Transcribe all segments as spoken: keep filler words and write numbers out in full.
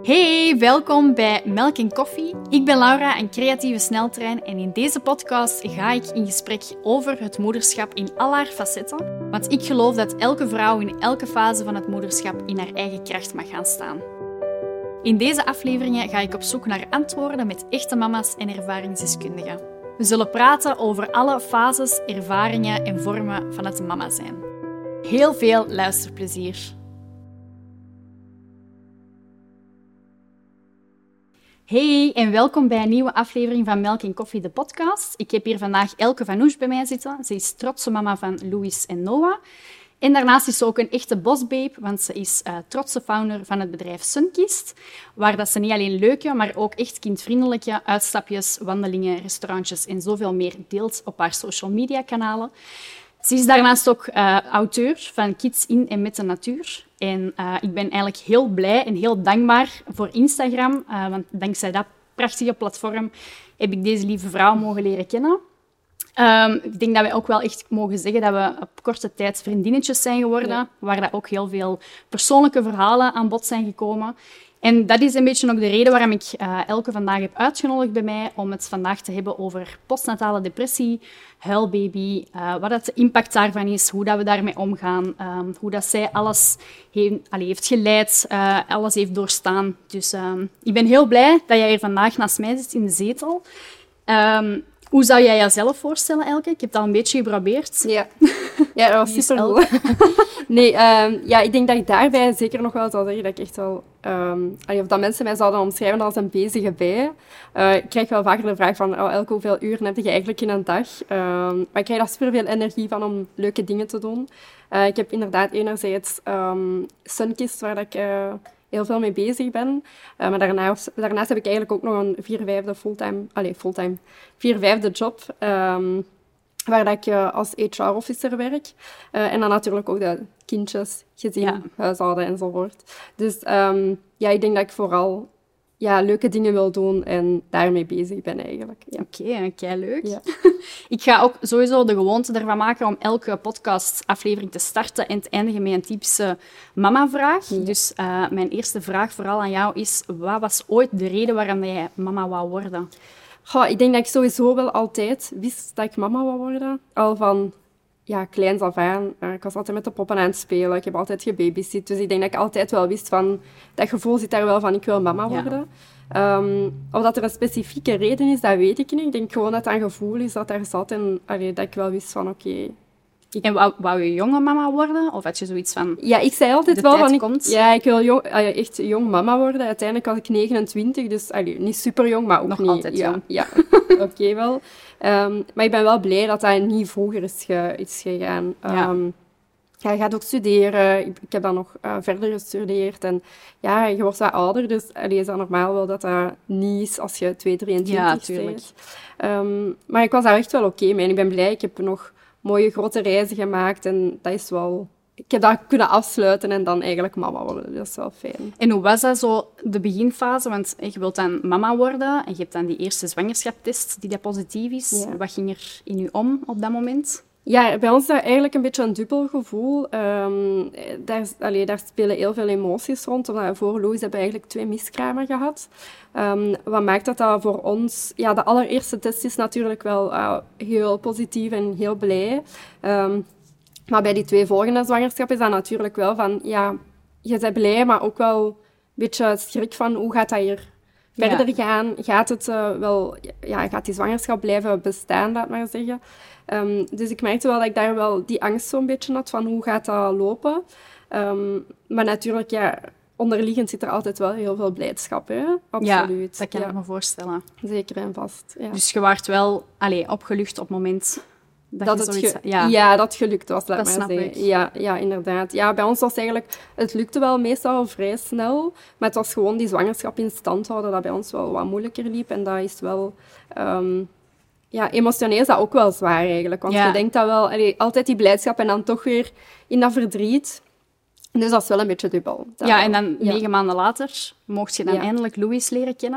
Hey, welkom bij Melk en Koffie. Ik ben Laura, een creatieve sneltrein en in deze podcast ga ik in gesprek over het moederschap in al haar facetten. Want ik geloof dat elke vrouw in elke fase van het moederschap in haar eigen kracht mag gaan staan. In deze afleveringen ga ik op zoek naar antwoorden met echte mama's en ervaringsdeskundigen. We zullen praten over alle fases, ervaringen en vormen van het mama zijn. Heel veel luisterplezier. Hey en welkom bij een nieuwe aflevering van Melk en Koffie, de podcast. Ik heb hier vandaag Elke van Oes bij mij zitten. Ze is trotse mama van Louis en Noah. En daarnaast is ze ook een echte bossbabe, want ze is uh, trotse founder van het bedrijf Sunkist, waar dat ze niet alleen leuke, maar ook echt kindvriendelijke uitstapjes, wandelingen, restaurantjes en zoveel meer deelt op haar social media kanalen. Ze is daarnaast ook uh, auteur van Kids in en met de natuur. En uh, ik ben eigenlijk heel blij en heel dankbaar voor Instagram, uh, want dankzij dat prachtige platform heb ik deze lieve vrouw mogen leren kennen. Um, ik denk dat we ook wel echt mogen zeggen dat we op korte tijd vriendinnetjes zijn geworden, ja. Waar dat ook heel veel persoonlijke verhalen aan bod zijn gekomen. En dat is een beetje ook de reden waarom ik uh, Elke vandaag heb uitgenodigd bij mij om het vandaag te hebben over postnatale depressie, huilbaby, uh, wat dat de impact daarvan is, hoe dat we daarmee omgaan, um, hoe dat zij alles heeft, allee, heeft geleid, uh, alles heeft doorstaan. Dus um, ik ben heel blij dat jij hier vandaag naast mij zit in de zetel. Um, Hoe zou jij jezelf voorstellen, Elke? Ik heb dat al een beetje geprobeerd. Ja, ja dat was supergoed. Nee, um, ja, ik denk dat ik daarbij zeker nog wel zou zeggen dat ik echt wel... Um, of dat mensen mij zouden omschrijven als een bezige bij. Uh, ik krijg wel vaker de vraag van, oh, Elke, hoeveel uren heb je eigenlijk in een dag? Um, maar ik krijg daar superveel energie van om leuke dingen te doen. Uh, ik heb inderdaad enerzijds um, Sunkist, waar ik... Uh, heel veel mee bezig ben. Uh, maar daarnaast, daarnaast heb ik eigenlijk ook nog een vier vijfde fulltime, allez, fulltime, vier vijfde job, um, waar dat ik uh, als H R-officer werk. Uh, en dan natuurlijk ook de kindjes, gezin, ja. huishouden enzovoort. Dus um, ja, ik denk dat ik vooral ja, leuke dingen wil doen en daarmee bezig ben eigenlijk. Ja. Oké, okay, kei leuk. Ja. Ik ga ook sowieso de gewoonte ervan maken om elke podcastaflevering te starten en te eindigen met een typische mama-vraag. Ja. Dus uh, mijn eerste vraag vooral aan jou is, wat was ooit de reden waarom jij mama wou worden? Goh, ik denk dat ik sowieso wel altijd wist dat ik mama wou worden. Al van ja, kleins af aan. Uh, ik was altijd met de poppen aan het spelen. Ik heb altijd gebabysit. Dus ik denk dat ik altijd wel wist van... Dat gevoel zit daar wel van, ik wil mama worden. Ja. Um, of dat er een specifieke reden is, dat weet ik niet. Ik denk gewoon dat dat een gevoel is dat daar zat. En allee, dat ik wel wist van, oké... Okay, ik... En wou, wou je jonge mama worden? Of had je zoiets van... Ja, ik zei altijd de wel tijd van... komt? Ik, ja, ik wil jong, uh, echt jong mama worden. Uiteindelijk was ik negenentwintig. Dus allee, niet super jong, maar ook nog niet... altijd jong. Ja, ja. Oké okay, wel. Um, maar ik ben wel blij dat dat niet vroeger is, ge, is gegaan. Um, ja. Ja, je gaat ook studeren. Ik, ik heb dan nog uh, verder gestudeerd. En ja, je wordt wat ouder. Dus allee, is dat normaal wel dat dat niet is als je twee, drieëntwintig ja, bent. Um, maar ik was daar echt wel oké okay mee. En ik ben blij. Ik heb nog mooie grote reizen gemaakt. En dat is wel... Ik heb dat kunnen afsluiten en dan eigenlijk mama worden. Dat is wel fijn. En hoe was dat zo, de beginfase? Want je wilt dan mama worden en je hebt dan die eerste zwangerschapstest die dat positief is. Ja. Wat ging er in je om op dat moment? Ja, bij ons is dat eigenlijk een beetje een dubbel gevoel. Um, daar, allee, daar spelen heel veel emoties rond. Omdat voor Louis hebben we eigenlijk twee miskramen gehad. Um, wat maakt dat dat voor ons... Ja, de allereerste test is natuurlijk wel uh, heel positief en heel blij. Um, maar bij die twee volgende zwangerschappen is dat natuurlijk wel van... Ja, je bent blij, maar ook wel een beetje schrik van hoe gaat dat hier verder ja. gaan? Gaat het uh, wel... Ja, gaat die zwangerschap blijven bestaan, laat maar zeggen. Um, dus ik merkte wel dat ik daar wel die angst zo'n beetje had van hoe gaat dat lopen. Um, maar natuurlijk, ja, onderliggend zit er altijd wel heel veel blijdschap, hè? Absoluut. Ja, dat kan ja. ik me voorstellen. Zeker en vast, ja. Dus je waart wel allee, opgelucht op het moment... Dat, dat het zoiets, ge- ja. ja, dat gelukt was, laat dat maar snap zeggen. Ik. Ja, ja, inderdaad. Ja, bij ons was eigenlijk... Het lukte wel meestal vrij snel, maar het was gewoon die zwangerschap in stand houden dat bij ons wel wat moeilijker liep. En dat is wel... Um, ja, emotioneel is dat ook wel zwaar eigenlijk. Want ja. je denkt dat wel... Allee, altijd die blijdschap en dan toch weer in dat verdriet. Dus dat is wel een beetje dubbel. Ja, wel. En dan ja. negen maanden later mocht je dan ja. eindelijk Louis leren kennen.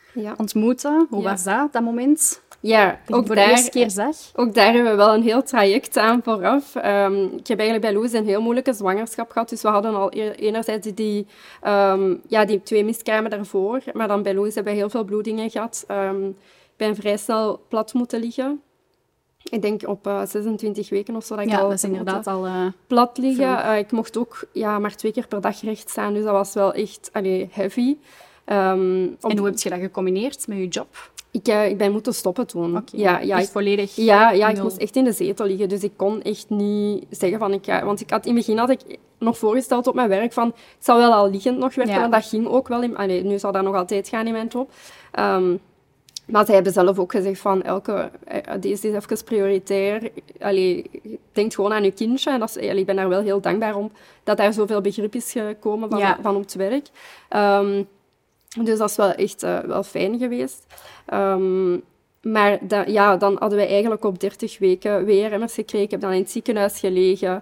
ja. ontmoette. Hoe ja. was dat, dat moment? Ja, ook voor daar, de eerste keer zag. Ook daar hebben we wel een heel traject aan vooraf. Um, ik heb eigenlijk bij Louis een heel moeilijke zwangerschap gehad. Dus we hadden al e- enerzijds die, um, ja, die twee miskramen daarvoor. Maar dan bij Louis hebben we heel veel bloedingen gehad. Um, ik ben vrij snel plat moeten liggen. Ik denk op uh, zesentwintig weken of zo. Dat ik ja, al dat is inderdaad al... Uh, plat liggen. Uh, ik mocht ook ja, maar twee keer per dag recht staan. Dus dat was wel echt allee, heavy. Um, op... En hoe heb je dat gecombineerd met je job? Ik, uh, ik ben moeten stoppen toen. Okay. Ja, ja, echt ik, volledig Ja, ja ik moest echt in de zetel liggen. Dus ik kon echt niet zeggen van... Ik ga, want ik had, in het begin had ik nog voorgesteld op mijn werk van... Ik zou wel al liggend nog werken, ja. En dat ging ook wel. In, allee, nu zou dat nog altijd gaan in mijn job. Um, maar zij hebben zelf ook gezegd van... Elke, deze is even prioritair. Allee, denk gewoon aan je kindje. En dat is, allee, ik ben daar wel heel dankbaar om... Dat daar zoveel begrip is gekomen van, ja. van op het werk. Um, Dus dat is wel echt uh, wel fijn geweest. Um, maar da, ja, dan hadden we eigenlijk op dertig weken weer emmers gekregen. Ik heb dan in het ziekenhuis gelegen.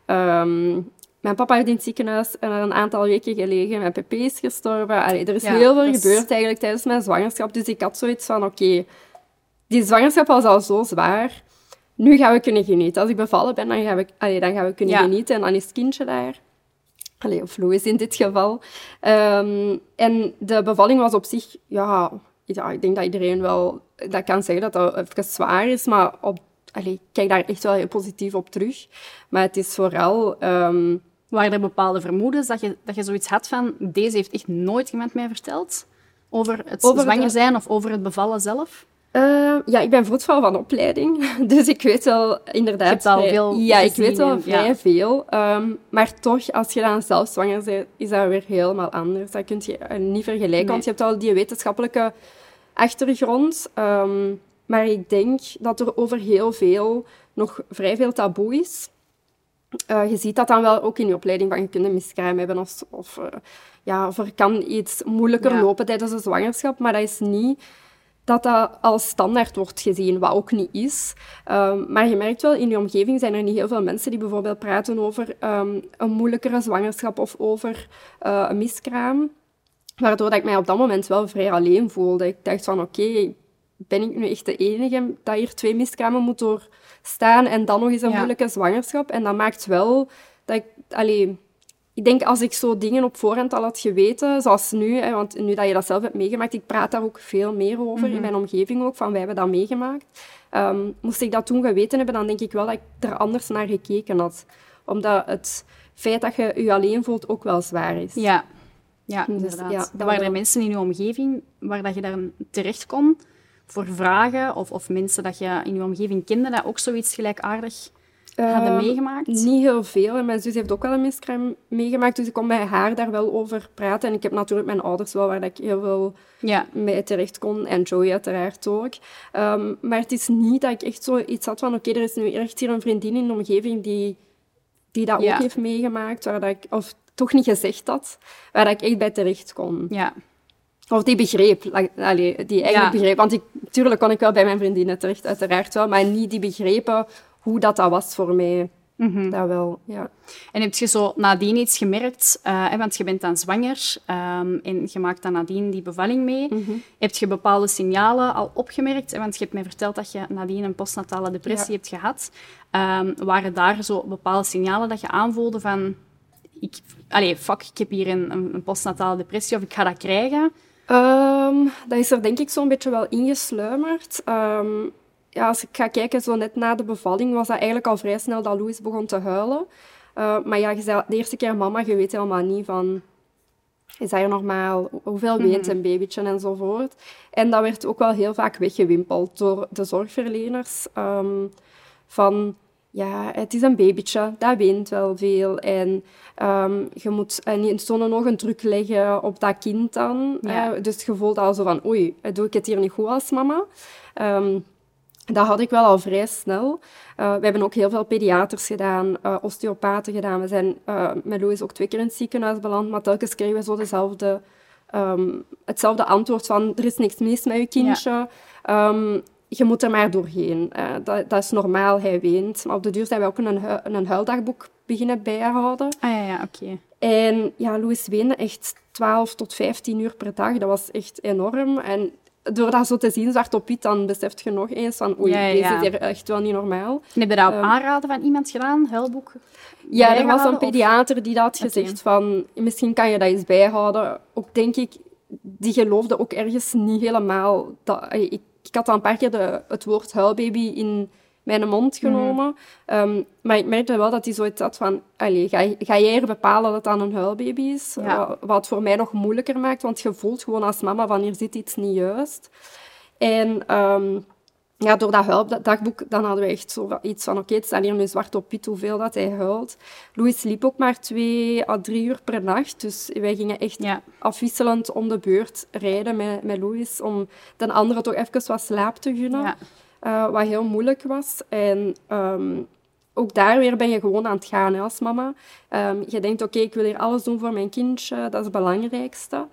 Um, mijn papa heeft in het ziekenhuis een aantal weken gelegen. Mijn pp is gestorven. Allee, er is ja, heel veel is... gebeurd eigenlijk tijdens mijn zwangerschap. Dus ik had zoiets van, oké, okay, die zwangerschap was al zo zwaar. Nu gaan we kunnen genieten. Als ik bevallen ben, dan gaan we, allee, dan gaan we kunnen ja. genieten. En dan is het kindje daar. Allee, of Louis in dit geval. Um, en de bevalling was op zich... Ja, ja, ik denk dat iedereen wel dat kan zeggen dat dat even zwaar is. Maar op, allee, ik kijk daar echt wel heel positief op terug. Maar het is vooral... Um, Waren er bepaalde vermoedens dat je, dat je zoiets had van... Deze heeft echt nooit iemand mij verteld? Over het over zwanger de... zijn of over het bevallen zelf? Uh, ja, ik ben vroedvrouw van opleiding, dus ik weet wel inderdaad... Je hebt al vrij, veel Ja, ik weet wel en, vrij ja. veel. Um, maar toch, als je dan zelf zwanger bent, is dat weer helemaal anders. Dat kun je uh, niet vergelijken, nee. Want je hebt al die wetenschappelijke achtergrond. Um, maar ik denk dat er over heel veel nog vrij veel taboe is. Uh, je ziet dat dan wel ook in je opleiding, van je kunt een miskraam hebben of, of, uh, ja, of er kan iets moeilijker ja. lopen tijdens de zwangerschap, maar dat is niet... dat dat als standaard wordt gezien, wat ook niet is. Um, maar je merkt wel, in je omgeving zijn er niet heel veel mensen die bijvoorbeeld praten over um, een moeilijkere zwangerschap of over uh, een miskraam. Waardoor dat ik mij op dat moment wel vrij alleen voelde. Ik dacht van, oké, okay, ben ik nu echt de enige dat hier twee miskramen moet doorstaan en dan nog eens een ja. moeilijke zwangerschap? En dat maakt wel dat ik... Allee, ik denk, als ik zo dingen op voorhand al had geweten, zoals nu, hè, want nu dat je dat zelf hebt meegemaakt, ik praat daar ook veel meer over, mm-hmm. in mijn omgeving ook, van wij hebben dat meegemaakt. Um, moest ik dat toen geweten hebben, dan denk ik wel dat ik er anders naar gekeken had. Omdat het feit dat je je alleen voelt ook wel zwaar is. Ja, ja dus, inderdaad. Ja, dan waren er mensen in je omgeving waar dat je daar terecht kon voor vragen, of, of mensen dat je in je omgeving kende, dat ook zoiets gelijkaardig... hadden uh, meegemaakt? Niet heel veel. En mijn zus heeft ook wel een miskraam meegemaakt, dus ik kon bij haar daar wel over praten. En ik heb natuurlijk mijn ouders wel, waar ik heel veel ja. mee terecht kon. En Joey uiteraard ook. Um, maar het is niet dat ik echt zoiets had van... Oké, okay, er is nu echt hier een vriendin in de omgeving die, die dat ja. ook heeft meegemaakt. Waar dat ik, of toch niet gezegd had, waar dat ik echt bij terecht kon. Ja. Of die begreep. Allee, die eigenlijk ja. begreep. Want ik, tuurlijk kon ik wel bij mijn vriendinnen terecht, uiteraard wel. Maar niet die begrepen... hoe dat, dat was voor mij. Mm-hmm. Dat wel, ja. En heb je zo nadien iets gemerkt? Uh, want je bent dan zwanger um, en je maakt dan nadien die bevalling mee. Mm-hmm. Heb je bepaalde signalen al opgemerkt? Want je hebt mij verteld dat je nadien een postnatale depressie ja. hebt gehad. Um, waren daar zo bepaalde signalen dat je aanvoelde van... Ik, allez, fuck, ik heb hier een, een postnatale depressie of ik ga dat krijgen? Um, dat is er denk ik zo'n beetje wel ingesluimerd. Um, Ja, als ik ga kijken, zo net na de bevalling, was dat eigenlijk al vrij snel dat Louis begon te huilen. Uh, maar ja, je zei de eerste keer mama, je weet helemaal niet van... Is dat hier normaal? Hoeveel weent mm-hmm. een babytje enzovoort? En dat werd ook wel heel vaak weggewimpeld door de zorgverleners. Um, van, ja, het is een babytje, dat weent wel veel. En um, je moet uh, niet zo'n ogen druk leggen op dat kind dan. Ja. Uh, dus je voelt al zo van, oei, doe ik het hier niet goed als mama? Um, Dat had ik wel al vrij snel. Uh, we hebben ook heel veel pediaters gedaan, uh, osteopaten gedaan. We zijn uh, met Louis ook twee keer in het ziekenhuis beland, maar telkens kregen we zo dezelfde, um, hetzelfde antwoord van er is niks mis met je kindje. Ja. Um, je moet er maar doorheen. Uh, dat, dat is normaal, hij weent. Maar op de duur zijn we ook een, hu- een huildagboek beginnen bijhouden. Ah ja, ja, oké. Okay. En ja, Louis weende echt twaalf tot vijftien uur per dag. Dat was echt enorm. En door dat zo te zien, zwart op wit, dan besef je nog eens van oei, ja, ja. deze is hier echt wel niet normaal. En heb je dat op um, aanraden van iemand gedaan, huilboek? Ja, er was een pediater die dat had gezegd okay. van misschien kan je dat eens bijhouden. Ook denk ik, die geloofde ook ergens niet helemaal. Dat, ik, ik had al een paar keer de, het woord huilbaby in mijn mond genomen. Mm. Um, maar ik merkte wel dat hij zoiets had van... Allee, ga, ga jij er bepalen dat dat een huilbaby is? Ja. Uh, wat het voor mij nog moeilijker maakt. Want je voelt gewoon als mama van hier zit iets niet juist. En um, ja, door dat huildagboek dan hadden we echt zo iets van... Oké, okay, het staat hier nu zwart op wit hoeveel dat hij huilt. Louis sliep ook maar twee à drie uur per nacht. Dus wij gingen echt ja. afwisselend om de beurt rijden met, met Louis. Om de andere toch even wat slaap te gunnen. Ja. Uh, wat heel moeilijk was. En um, ook daar weer ben je gewoon aan het gaan hè, als mama. Um, je denkt, oké, okay, ik wil hier alles doen voor mijn kindje. Dat is het belangrijkste.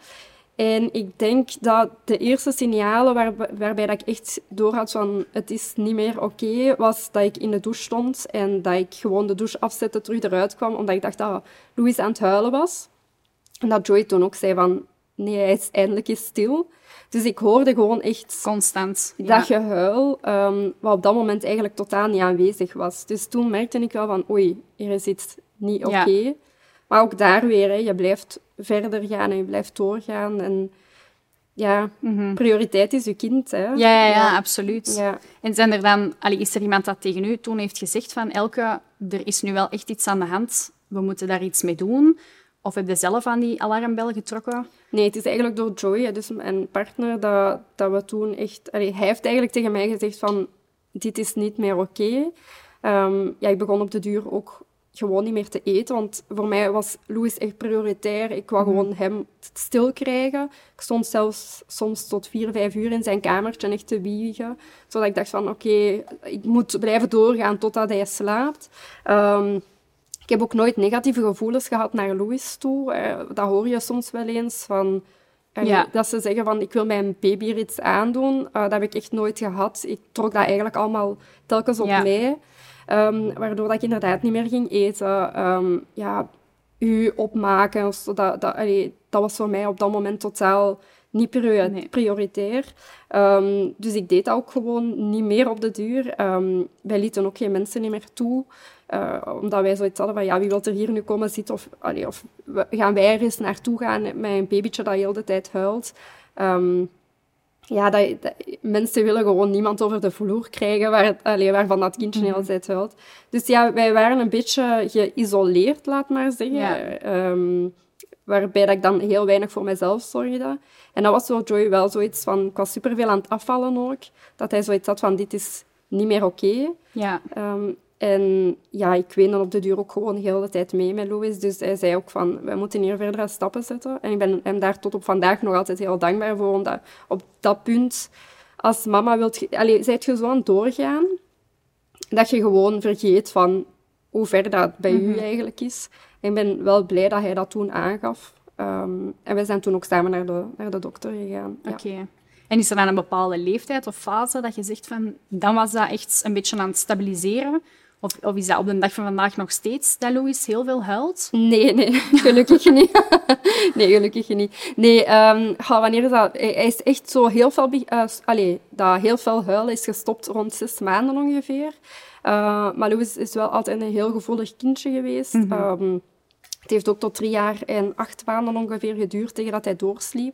En ik denk dat de eerste signalen waar, waarbij dat ik echt doorhad van het is niet meer oké, okay, was dat ik in de douche stond en dat ik gewoon de douche afzette, terug eruit kwam, omdat ik dacht dat Louis aan het huilen was. En dat Joy toen ook zei van, nee, hij is eindelijk eens stil. Dus ik hoorde gewoon echt... Constant. Dat ja. gehuil, um, wat op dat moment eigenlijk totaal niet aanwezig was. Dus toen merkte ik wel van, oei, hier is iets niet oké. Okay. Ja. Maar ook daar weer, hè, je blijft verder gaan en je blijft doorgaan. En ja, mm-hmm. prioriteit is je kind, hè. Ja, ja, ja, ja. absoluut. Ja. En zijn er dan... Allee, is er iemand dat tegen u toen heeft gezegd van, Elke, er is nu wel echt iets aan de hand, we moeten daar iets mee doen... Of heb je zelf aan die alarmbel getrokken? Nee, het is eigenlijk door Joy, dus mijn partner, dat, dat we toen echt... Allee, hij heeft eigenlijk tegen mij gezegd van, dit is niet meer oké. Okay. Um, ja, ik begon op de duur ook gewoon niet meer te eten, want voor mij was Louis echt prioritair. Ik wou mm. gewoon hem stil krijgen. Ik stond zelfs soms tot vier, vijf uur in zijn kamertje echt te wiegen, zodat ik dacht van, oké, okay, ik moet blijven doorgaan totdat hij slaapt. Um, Ik heb ook nooit negatieve gevoelens gehad naar Louis toe. Eh, dat hoor je soms wel eens. Van, eh, ja. Dat ze zeggen van, ik wil mijn baby er iets aandoen. Uh, dat heb ik echt nooit gehad. Ik trok dat eigenlijk allemaal telkens op ja. mij. Um, waardoor dat ik inderdaad niet meer ging eten. Um, ja, u opmaken. Dat, dat, allee, dat was voor mij op dat moment totaal niet priori- nee. prioritair. Um, dus ik deed dat ook gewoon niet meer op de duur. Um, wij lieten ook geen mensen niet meer toe. Uh, omdat wij zoiets hadden van, ja, wie wil er hier nu komen zitten? Of, allee, of gaan wij er eens naartoe gaan met een babytje dat heel de tijd huilt? Um, ja, dat, dat, mensen willen gewoon niemand over de vloer krijgen waar, allee, waarvan dat kindje mm-hmm. de hele tijd huilt. Dus ja, wij waren een beetje geïsoleerd, laat maar zeggen. Ja. Um, waarbij dat ik dan heel weinig voor mezelf zorgde. En dat was voor Joy wel zoiets van... Ik was superveel aan het afvallen ook. Dat hij zoiets had van, dit is niet meer oké. Okay. Ja. Um, En ja, ik weende op de duur ook gewoon de hele tijd mee met Louis. Dus hij zei ook van, wij moeten hier verdere stappen zetten. En ik ben hem daar tot op vandaag nog altijd heel dankbaar voor. Omdat op dat punt, als mama wilt... Allee, zijt je zo aan het doorgaan, dat je gewoon vergeet van hoe ver dat bij mm-hmm. u eigenlijk is. En ik ben wel blij dat hij dat toen aangaf. Um, en we zijn toen ook samen naar de, naar de dokter gegaan. Oké. Okay. Ja. En is er dan een bepaalde leeftijd of fase dat je zegt van... Dan was dat echt een beetje aan het stabiliseren... Of, of is dat op de dag van vandaag nog steeds dat Louis heel veel huilt? Nee, nee, gelukkig niet. nee, gelukkig niet. Nee, um, wanneer is dat? Hij is echt zo heel veel... Uh, allez, dat heel veel huilen is gestopt rond zes maanden ongeveer. Uh, maar Louis is wel altijd een heel gevoelig kindje geweest. Mm-hmm. Um, het heeft ook tot drie jaar en acht maanden ongeveer geduurd tegen dat hij doorsliep.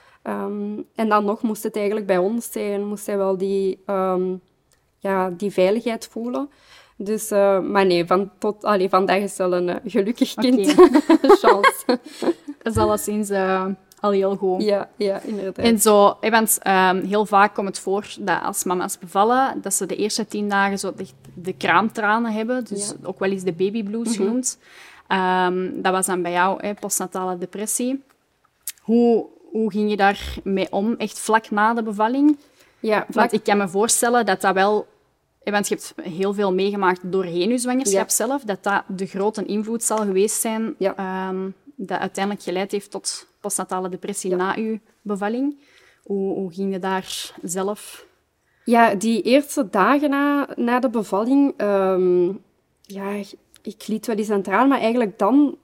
Um, en dan nog moest het eigenlijk bij ons zijn. Moest hij wel die, um, ja, die veiligheid voelen. Dus, uh, maar nee, van tot, allee, vandaag is wel een uh, gelukkig kind. Okay. Chance. Dat is alleszins uh, al heel goed. Ja, ja, inderdaad. En zo, want um, heel vaak komt het voor dat als mama's bevallen, dat ze de eerste tien dagen zo de, de kraamtranen hebben. Dus ja. ook wel eens de babyblues mm-hmm. genoemd. Um, dat was dan bij jou, hè, postnatale depressie. Hoe, hoe ging je daarmee om, echt vlak na de bevalling? Ja, vlak... Want ik kan me voorstellen dat dat wel... Want je hebt heel veel meegemaakt doorheen je zwangerschap ja. zelf, dat dat de grote invloed zal geweest zijn ja. um, dat uiteindelijk geleid heeft tot postnatale depressie ja. na je bevalling. Hoe, hoe ging je daar zelf? Ja, die eerste dagen na, na de bevalling, um, ja, ik liet wel eens aan het traan, maar eigenlijk dan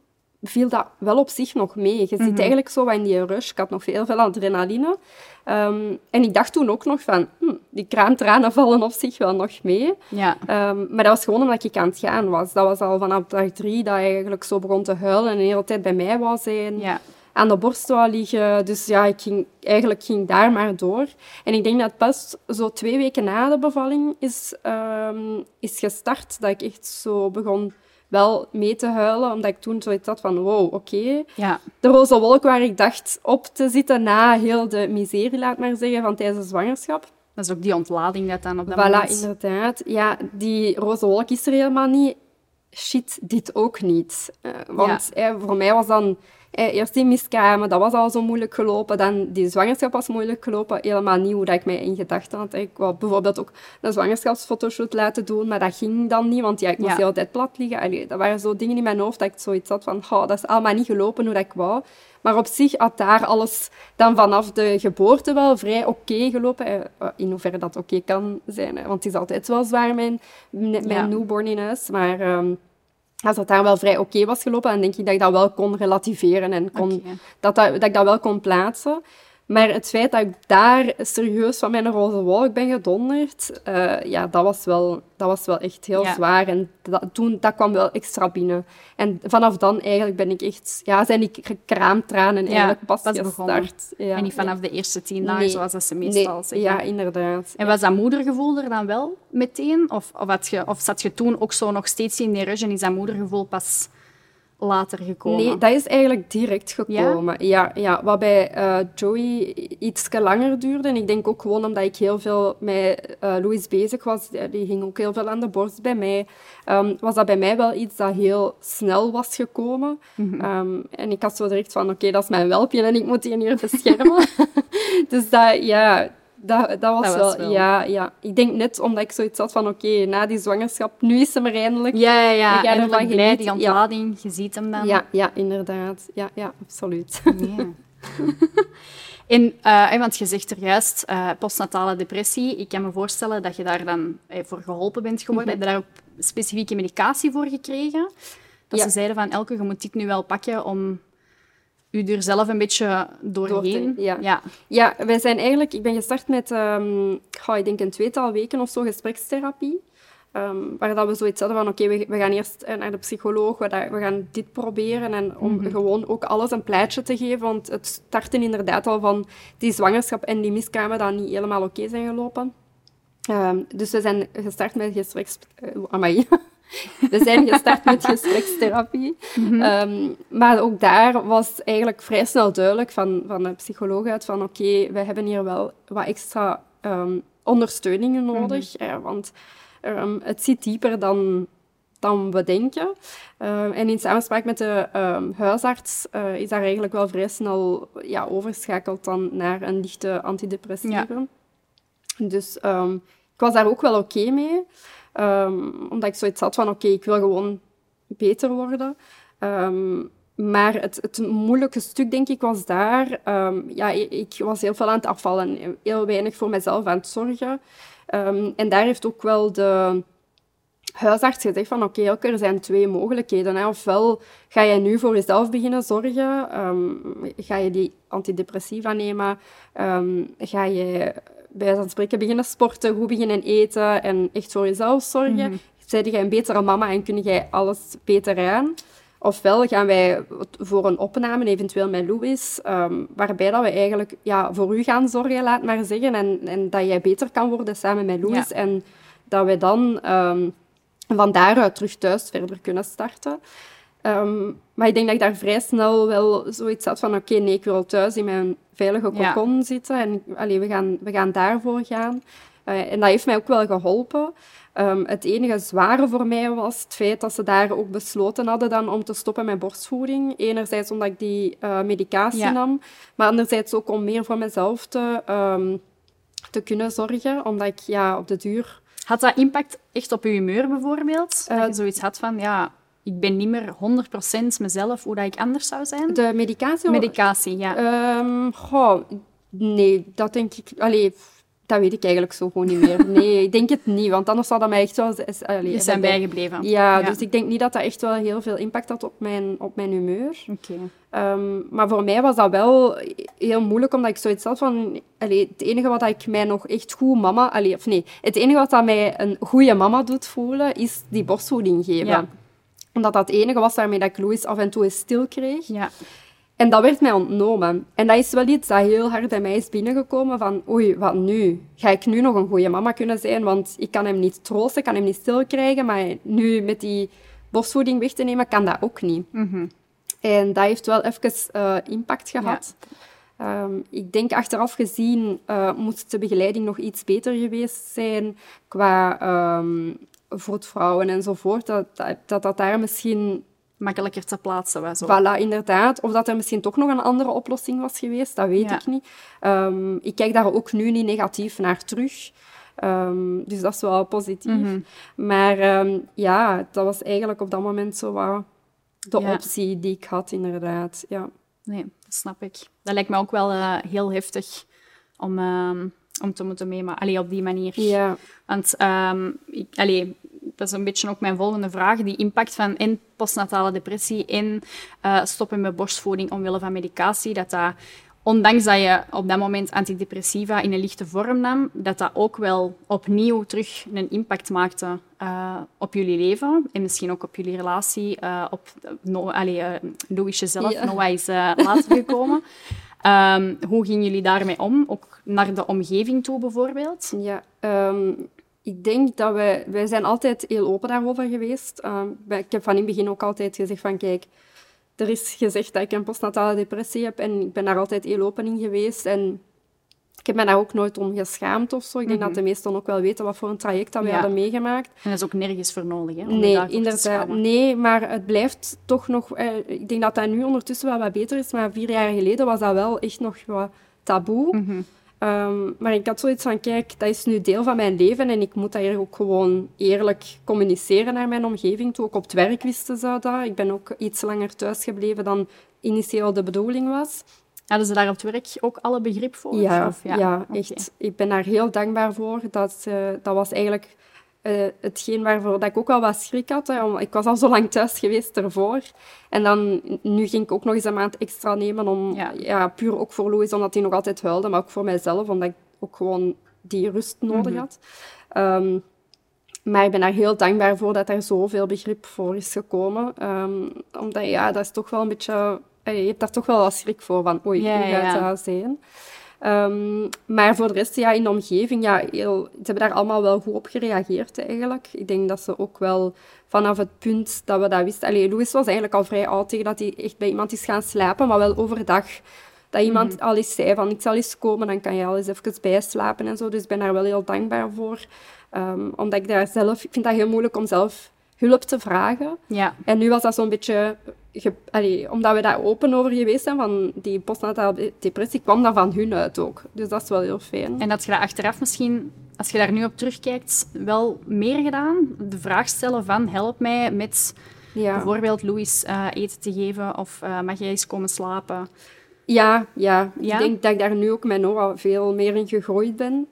viel dat wel op zich nog mee. Je Mm-hmm. zit eigenlijk zo wat in die rush. Ik had nog heel veel adrenaline. Um, en ik dacht toen ook nog van, hm, die kraamtranen vallen op zich wel nog mee. Ja. Um, maar dat was gewoon omdat ik aan het gaan was. Dat was al vanaf dag drie dat hij eigenlijk zo begon te huilen en de hele tijd bij mij wou zijn. Ja. Aan de borst wou liggen. Dus ja, ik ging, eigenlijk ging daar maar door. En ik denk dat pas zo twee weken na de bevalling is, um, is gestart, dat ik echt zo begon wel mee te huilen, omdat ik toen zoiets had van, wow, oké. Okay. Ja. De roze wolk waar ik dacht op te zitten na heel de miserie, laat maar zeggen, van tijdens de zwangerschap. Dat is ook die ontlading dat dan op dat voilà, moment... inderdaad. Ja, die roze wolk is er helemaal niet. Shit, dit ook niet. Uh, want ja. eh, voor mij was dan... Eh, eerst die miskramen, dat was al zo moeilijk gelopen. Dan die zwangerschap was moeilijk gelopen. Helemaal niet hoe dat ik mij in gedachten had. Ik wou bijvoorbeeld ook een zwangerschapsfotoshoot laten doen, maar dat ging dan niet, want ja, ik moest ja. de hele tijd plat liggen. Allee, dat waren zo dingen in mijn hoofd dat ik zoiets had van, oh, dat is allemaal niet gelopen hoe dat ik wou. Maar op zich had daar alles dan vanaf de geboorte wel vrij oké okay gelopen. Eh, in hoeverre dat oké okay kan zijn. Hè. Want het is altijd wel zwaar, mijn, mijn ja. newborn in huis. Maar... Um, als dat daar wel vrij oké okay was gelopen, dan denk ik dat ik dat wel kon relativeren en kon, okay. dat, dat, dat ik dat wel kon plaatsen. Maar het feit dat ik daar serieus van mijn roze wolk ben gedonderd, uh, ja, dat was wel, dat was wel echt heel ja. zwaar. En dat, toen, dat kwam wel extra binnen. En vanaf dan eigenlijk ben ik echt, ja, zijn die kraamtranen eigenlijk ja, pas gestart. Ja, en niet vanaf ja. de eerste tien dagen, nee. zoals dat ze meestal nee. zeggen. Ja, inderdaad. En was dat moedergevoel er dan wel meteen? Of, of, had je, of zat je toen ook zo nog steeds in die rush en is dat moedergevoel pas... later gekomen? Nee, dat is eigenlijk direct gekomen. Ja, ja, ja wat bij uh, Joey iets langer duurde. En ik denk ook gewoon omdat ik heel veel met uh, Louis bezig was. Die ging ook heel veel aan de borst bij mij. Um, was dat bij mij wel iets dat heel snel was gekomen. Mm-hmm. Um, en ik had zo direct van, oké, okay, dat is mijn welpje en ik moet die hier beschermen. Dus dat, ja... Dat, dat, was, dat was wel, wel... Ja, ja. Ik denk net omdat ik zoiets had van, oké, okay, na die zwangerschap, nu is ze er eindelijk. Ja, ja, ja. Ik ga er blij, genieten. Die ontlading, ja. Je ziet hem dan. Ja, ja, inderdaad. Ja, ja, absoluut. Ja. En, uh, want je zegt er juist, uh, postnatale depressie. Ik kan me voorstellen dat je daar dan uh, voor geholpen bent geworden. Mm-hmm. Heb je daar ook specifieke medicatie voor gekregen? Dat ja. ze zeiden van, Elke, je moet dit nu wel pakken om... u er zelf een beetje doorheen. Door te, ja. Ja. ja, wij zijn eigenlijk... Ik ben gestart met, um, oh, ik denk een tweetal weken of zo, gesprekstherapie. Um, waar dat we zoiets hadden van, oké, okay, we, we gaan eerst naar de psycholoog, we, we gaan dit proberen. En om mm-hmm. gewoon ook alles een plaatje te geven. Want het starten inderdaad al van die zwangerschap en die miskramen dat niet helemaal oké okay zijn gelopen. Um, dus we zijn gestart met gespreks... Uh, amai. We zijn gestart met gesprekstherapie. Mm-hmm. Um, maar ook daar was eigenlijk vrij snel duidelijk van, van de psycholoog uit van oké, okay, we hebben hier wel wat extra um, ondersteuningen nodig. Mm-hmm. Uh, want um, het zit dieper dan, dan we denken. Uh, en in samenspraak met de um, huisarts uh, is daar eigenlijk wel vrij snel ja, overschakeld dan naar een lichte antidepressieve. Ja. Dus um, ik was daar ook wel oké okay mee. Um, omdat ik zoiets had van, oké, okay, ik wil gewoon beter worden. Um, maar het, het moeilijke stuk, denk ik, was daar... Um, ja, ik was heel veel aan het afvallen. Heel weinig voor mezelf aan het zorgen. Um, en daar heeft ook wel de huisarts gezegd van, oké, okay, er zijn twee mogelijkheden. Hè. Ofwel ga je nu voor jezelf beginnen zorgen. Um, ga je die antidepressiva nemen. Um, ga je... bij wijze van spreken beginnen sporten, goed beginnen eten en echt voor jezelf zorgen. Mm-hmm. Zijde jij een betere mama en kun jij alles beter aan. Ofwel gaan wij voor een opname, eventueel met Louis, um, waarbij dat we eigenlijk ja, voor u gaan zorgen, laat maar zeggen, en, en dat jij beter kan worden samen met Louis. Ja. En dat wij dan um, van daaruit terug thuis verder kunnen starten. Um, maar ik denk dat ik daar vrij snel wel zoiets had van oké, okay, nee, ik wil thuis in mijn veilige cocon ja. zitten en allee, we, gaan, we gaan daarvoor gaan. Uh, en dat heeft mij ook wel geholpen. Um, het enige zware voor mij was het feit dat ze daar ook besloten hadden dan om te stoppen met borstvoeding. Enerzijds omdat ik die uh, medicatie ja. nam, maar anderzijds ook om meer voor mezelf te, um, te kunnen zorgen, omdat ik ja, op de duur... Had dat impact echt op je humeur bijvoorbeeld? Uh, dat je zoiets had van, ja... ik ben niet meer honderd procent mezelf hoe dat ik anders zou zijn. De medicatie? Medicatie, ja. Um, goh, nee, dat denk ik... Allee, Dat weet ik eigenlijk zo gewoon niet meer. Nee, ik denk het niet, want anders zou dat mij echt wel... Is, allee, je zijn bijgebleven. Ja, ja, dus ik denk niet dat dat echt wel heel veel impact had op mijn, op mijn humeur. Oké. Okay. Um, maar voor mij was dat wel heel moeilijk, omdat ik zoiets had van... Allee, het enige wat ik mij nog echt goed mama... Allee, of nee, het enige wat dat mij een goede mama doet voelen, is die borstvoeding geven. Ja. Omdat dat het enige was waarmee dat ik Louis af en toe eens stil kreeg. Ja. En dat werd mij ontnomen. En dat is wel iets dat heel hard bij mij is binnengekomen van... Oei, wat nu? Ga ik nu nog een goede mama kunnen zijn? Want ik kan hem niet troosten, ik kan hem niet stil krijgen. Maar nu met die borstvoeding weg te nemen, kan dat ook niet. Mm-hmm. En dat heeft wel even uh, impact gehad. Ja. Um, ik denk achteraf gezien uh, moest de begeleiding nog iets beter geweest zijn qua um, vroedvrouwen enzovoort. Dat dat, dat dat daar misschien... makkelijker te plaatsen was. Zo. Voilà, inderdaad. Of dat er misschien toch nog een andere oplossing was geweest, dat weet ja. ik niet. Um, ik kijk daar ook nu niet negatief naar terug. Um, dus dat is wel positief. Mm-hmm. Maar um, ja, dat was eigenlijk op dat moment zo wat de ja. optie die ik had, inderdaad. Ja. Nee, dat snap ik. Dat lijkt me ook wel uh, heel heftig om, um, om te moeten meemaken. Allee, op die manier. Ja. Want, um, ik, allee, dat is een beetje ook mijn volgende vraag. Die impact van in postnatale depressie en uh, stoppen met borstvoeding omwille van medicatie, dat dat, ondanks dat je op dat moment antidepressiva in een lichte vorm nam, dat dat ook wel opnieuw terug een impact maakte uh, op jullie leven en misschien ook op jullie relatie. Uh, op no, allee, uh, Louisje zelf, ja. Noah is uh, later gekomen. Um, hoe gingen jullie daarmee om? Ook naar de omgeving toe bijvoorbeeld? Ja, um... Ik denk dat wij... Wij zijn altijd heel open daarover geweest. Um, ik heb van in het begin ook altijd gezegd van... Kijk, er is gezegd dat ik een postnatale depressie heb. En ik ben daar altijd heel open in geweest. En ik heb me daar ook nooit om geschaamd of zo. Ik denk mm-hmm. dat de meesten ook wel weten wat voor een traject dat we ja. hadden meegemaakt. En dat is ook nergens voor nodig, hè? Nee, inderdaad. Nee, maar het blijft toch nog... Eh, ik denk dat dat nu ondertussen wel wat beter is. Maar vier jaar geleden was dat wel echt nog wat taboe. Mm-hmm. Um, maar ik had zoiets van, kijk, dat is nu deel van mijn leven en ik moet dat hier ook gewoon eerlijk communiceren naar mijn omgeving toe. Ook op het werk wisten ze dat. Ik ben ook iets langer thuisgebleven dan initieel de bedoeling was. Hadden ze daar op het werk ook alle begrip voor? Ja, of, ja? ja okay. echt. Ik ben daar heel dankbaar voor. Dat, uh, dat was eigenlijk uh, hetgeen waarvoor dat ik ook wel wat schrik had. Hè. Ik was al zo lang thuis geweest ervoor. En dan, nu ging ik ook nog eens een maand extra nemen om, ja. Ja, puur ook voor Louis, omdat hij nog altijd huilde, maar ook voor mijzelf, omdat ik ook gewoon die rust nodig mm-hmm. had. Um, maar ik ben daar heel dankbaar voor dat er zoveel begrip voor is gekomen. Um, omdat, ja, dat is toch wel een beetje... Je hebt daar toch wel wat schrik voor, van oei, ja, hoe gaat ja. dat zijn? Um, maar voor de rest, ja, in de omgeving, ja, heel, ze hebben daar allemaal wel goed op gereageerd eigenlijk. Ik denk dat ze ook wel vanaf het punt dat we dat wisten... Allee, Louis was eigenlijk al vrij oud tegen dat hij echt bij iemand is gaan slapen, maar wel overdag. Dat iemand mm-hmm. al eens zei van, ik zal eens komen, dan kan je al eens even bijslapen en zo. Dus ik ben daar wel heel dankbaar voor. Um, omdat ik daar zelf... Ik vind dat heel moeilijk om zelf hulp te vragen. Ja. En nu was dat zo'n beetje... Ge, allee, omdat we daar open over geweest zijn, van die postnatale depressie, kwam dat van hun uit ook. Dus dat is wel heel fijn. En dat je dat achteraf misschien, als je daar nu op terugkijkt, wel meer gedaan? De vraag stellen van, help mij met ja. bijvoorbeeld Louis uh, eten te geven, of uh, mag jij eens komen slapen? Ja, ja. ja. Ik denk dat ik daar nu ook met Noah veel meer in gegroeid ben.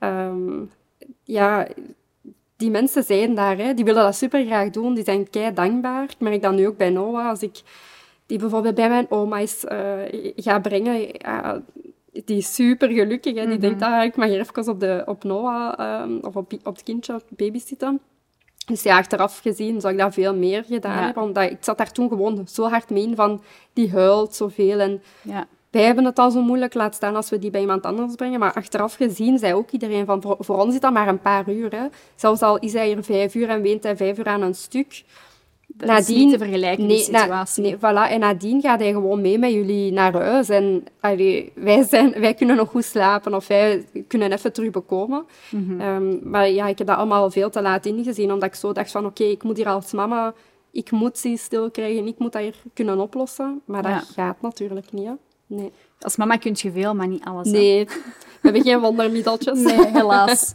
Um, ja... Die mensen zijn daar, hè. Die willen dat super graag doen. Die zijn kei dankbaar. Ik merk dat nu ook bij Noah. Als ik die bijvoorbeeld bij mijn oma is uh, ga brengen, uh, die is super gelukkig. Hè. Die mm-hmm. denkt, ah, ik mag hier even op, de, op Noah um, of op, op het kindje babysitten. Dus ja, achteraf gezien zou ik dat veel meer gedaan ja. hebben. Omdat ik zat daar toen gewoon zo hard mee in van, die huilt zoveel. En ja. wij hebben het al zo moeilijk, laat staan als we die bij iemand anders brengen. Maar achteraf gezien zei ook iedereen van, voor, voor ons is dat maar een paar uur. Hè. Zelfs al is hij hier vijf uur en weent hij vijf uur aan een stuk. Dat nadien, is niet te vergelijken, nee, die situatie. Na, nee, voilà. En nadien gaat hij gewoon mee met jullie naar huis. En allee, wij, zijn, wij kunnen nog goed slapen of wij kunnen even terug bekomen. Mm-hmm. Um, maar ja, ik heb dat allemaal veel te laat ingezien, omdat ik zo dacht van, oké, okay, ik moet hier als mama, ik moet ze stil krijgen, ik moet dat hier kunnen oplossen. Maar dat ja. gaat natuurlijk niet, hè. Nee. Als mama kun je veel, maar niet alles. Nee, hè? We hebben geen wondermiddeltjes. Nee, helaas.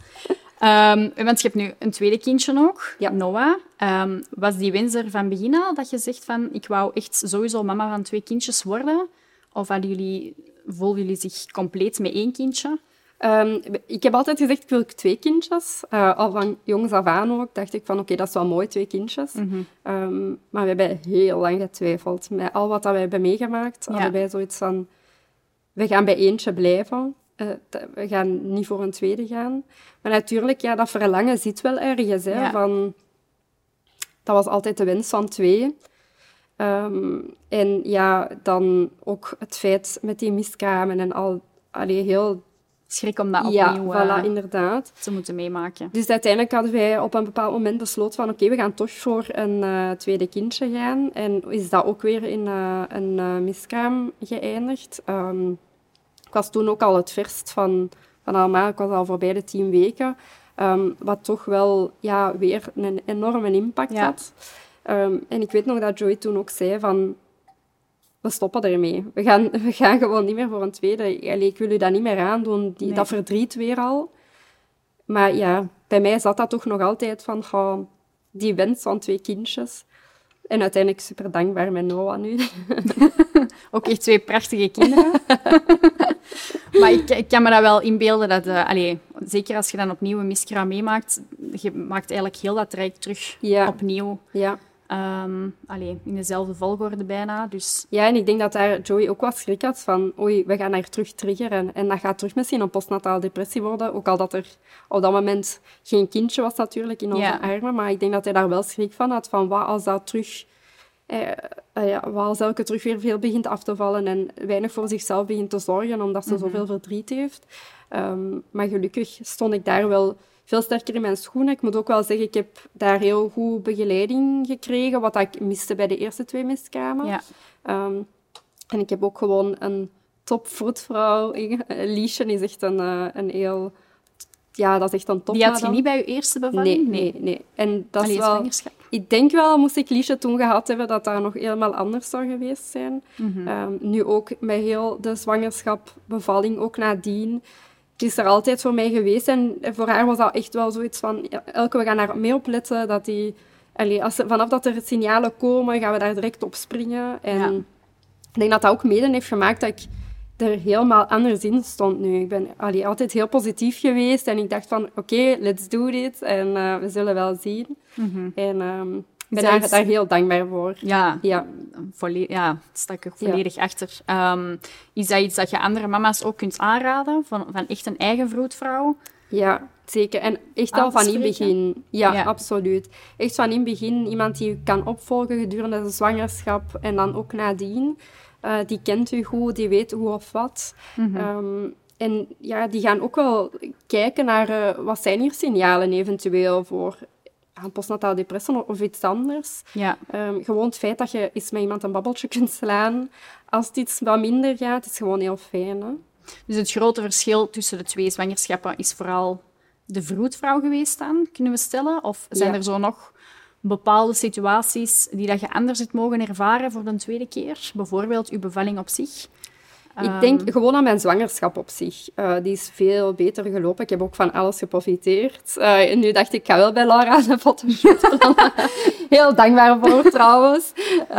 Um, want je hebt nu een tweede kindje ook, ja. Noah. Um, was die wens er van begin al dat je zegt van, ik wou echt sowieso mama van twee kindjes worden? Of hadden jullie, voelden jullie zich compleet met één kindje? Um, ik heb altijd gezegd, ik wil twee kindjes. Uh, al van jongs af aan ook, dacht ik van, oké, okay, dat is wel mooi, twee kindjes. Mm-hmm. Um, maar we hebben heel lang getwijfeld. Met al wat dat wij hebben meegemaakt, ja. hadden wij zoiets van, we gaan bij eentje blijven. Uh, t- we gaan niet voor een tweede gaan. Maar natuurlijk, ja, dat verlangen zit wel ergens. Hè, ja. van, dat was altijd de wens van twee. Um, en ja, dan ook het feit met die miskramen en al, allee, heel... Schrik om dat Ja, opnieuw voilà, uh, inderdaad. te moeten meemaken. Dus uiteindelijk hadden wij op een bepaald moment besloten van oké, okay, we gaan toch voor een uh, tweede kindje gaan. En is dat ook weer in uh, een uh, miskraam geëindigd. Um, ik was toen ook al het verst van, van allemaal. Ik was al voorbij de tien weken. Um, wat toch wel ja, weer een enorme impact ja. had. Um, en ik weet nog dat Joy toen ook zei van... We stoppen ermee. We gaan, we gaan gewoon niet meer voor een tweede. Allee, ik wil u dat niet meer aandoen. Die, nee. Dat verdriet weer al. Maar ja, bij mij zat dat toch nog altijd van... Oh, die wens van twee kindjes. En uiteindelijk super dankbaar met Noah nu. Ook echt twee prachtige kinderen. Maar ik, ik kan me dat wel inbeelden. Dat, uh, allee, zeker als je dan opnieuw een miskraam meemaakt... Je maakt eigenlijk heel dat traject terug ja. opnieuw. Ja. Um, allee, in dezelfde volgorde bijna. Dus... Ja, en ik denk dat daar Joey ook wat schrik had van oei, we gaan haar terug triggeren. En dat gaat terug misschien een postnatale depressie worden. Ook al dat er op dat moment geen kindje was natuurlijk in onze ja. armen. Maar ik denk dat hij daar wel schrik van had. Van wat als dat terug... Eh, eh, ja, wat als elke terug weer veel begint af te vallen en weinig voor zichzelf begint te zorgen, omdat ze mm-hmm. zoveel verdriet heeft. Um, maar gelukkig stond ik daar wel... veel sterker in mijn schoenen. Ik moet ook wel zeggen, ik heb daar heel goed begeleiding gekregen, wat ik miste bij de eerste twee miskramen. Ja. Um, en ik heb ook gewoon een topvoetvrouw. Liesje is echt een, uh, een heel... Ja, dat is echt een top. Die had je niet bij je eerste bevalling? Nee, nee, nee. En dat Allee, is wel... zwangerschap. Ik denk wel, moest ik Liesje toen gehad hebben, dat dat nog helemaal anders zou geweest zijn. Mm-hmm. Um, nu ook met heel de zwangerschap, bevalling, ook nadien... Het is er altijd voor mij geweest en voor haar was dat echt wel zoiets van... Ja, Elke, we gaan daar mee op letten. Dat die, allee, als, vanaf dat er signalen komen, gaan we daar direct op springen. En ja. ik denk dat dat ook mede heeft gemaakt dat ik er helemaal anders in stond nu. Ik ben allee, altijd heel positief geweest en ik dacht van... Oké, okay, let's do it en uh, we zullen wel zien. Mm-hmm. En um, ik ben daar, iets... daar heel dankbaar voor. Ja, ja. Volle- ja daar sta ik er volledig ja. achter. Um, is dat iets dat je andere mama's ook kunt aanraden? Van, van echt een eigen vroedvrouw? Ja, zeker. En echt al van in het begin. Ja, ja, absoluut. Echt van in het begin. Iemand die je kan opvolgen gedurende de zwangerschap en dan ook nadien. Uh, die kent u goed, die weet hoe of wat. Mm-hmm. Um, en ja, die gaan ook wel kijken naar uh, wat zijn hier signalen eventueel voor... aan postnatale depressie of iets anders. Ja. Um, gewoon het feit dat je eens met iemand een babbeltje kunt slaan. Als het iets wat minder gaat, is gewoon heel fijn. Hè? Dus het grote verschil tussen de twee zwangerschappen is vooral de vroedvrouw geweest dan, kunnen we stellen? Of zijn ja. er zo nog bepaalde situaties die dat je anders hebt mogen ervaren voor de tweede keer? Bijvoorbeeld uw bevalling op zich? Ik denk gewoon aan mijn zwangerschap op zich. Uh, die is veel beter gelopen. Ik heb ook van alles geprofiteerd. Uh, en nu dacht ik, ik ga wel bij Laura een fotoshoot. Heel dankbaar voor, trouwens.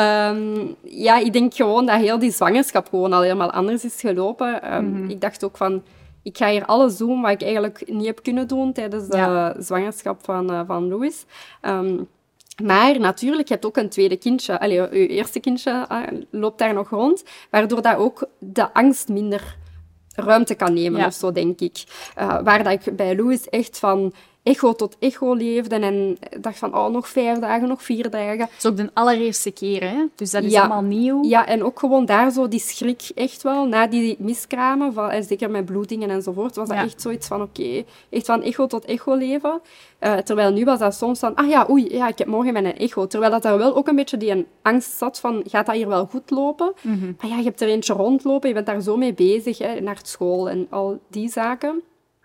Um, ja, ik denk gewoon dat heel die zwangerschap gewoon al helemaal anders is gelopen. Um, mm-hmm. Ik dacht ook van, ik ga hier alles doen wat ik eigenlijk niet heb kunnen doen tijdens de ja. zwangerschap van, uh, van Louis. Um, Maar natuurlijk, je hebt ook een tweede kindje. Allee, je eerste kindje uh, loopt daar nog rond, waardoor dat ook de angst minder ruimte kan nemen, ja. of zo, denk ik. Uh, waar dat ik bij Louis echt van echo tot echo leefde en dacht van, oh, nog vijf dagen, nog vier dagen. Het is ook de allereerste keer, hè? Dus dat is ja. allemaal nieuw. Ja, en ook gewoon daar zo die schrik echt wel, na die miskramen, van, en zeker met bloedingen enzovoort, was dat ja. echt zoiets van, oké, okay, echt van echo tot echo leven. Uh, terwijl nu was dat soms van, ah ja, oei, ja, ik heb morgen mijn echo. Terwijl dat er wel ook een beetje die een angst zat van, gaat dat hier wel goed lopen? Mm-hmm. Maar ja, je hebt er eentje rondlopen, je bent daar zo mee bezig, hè, naar school en al die zaken.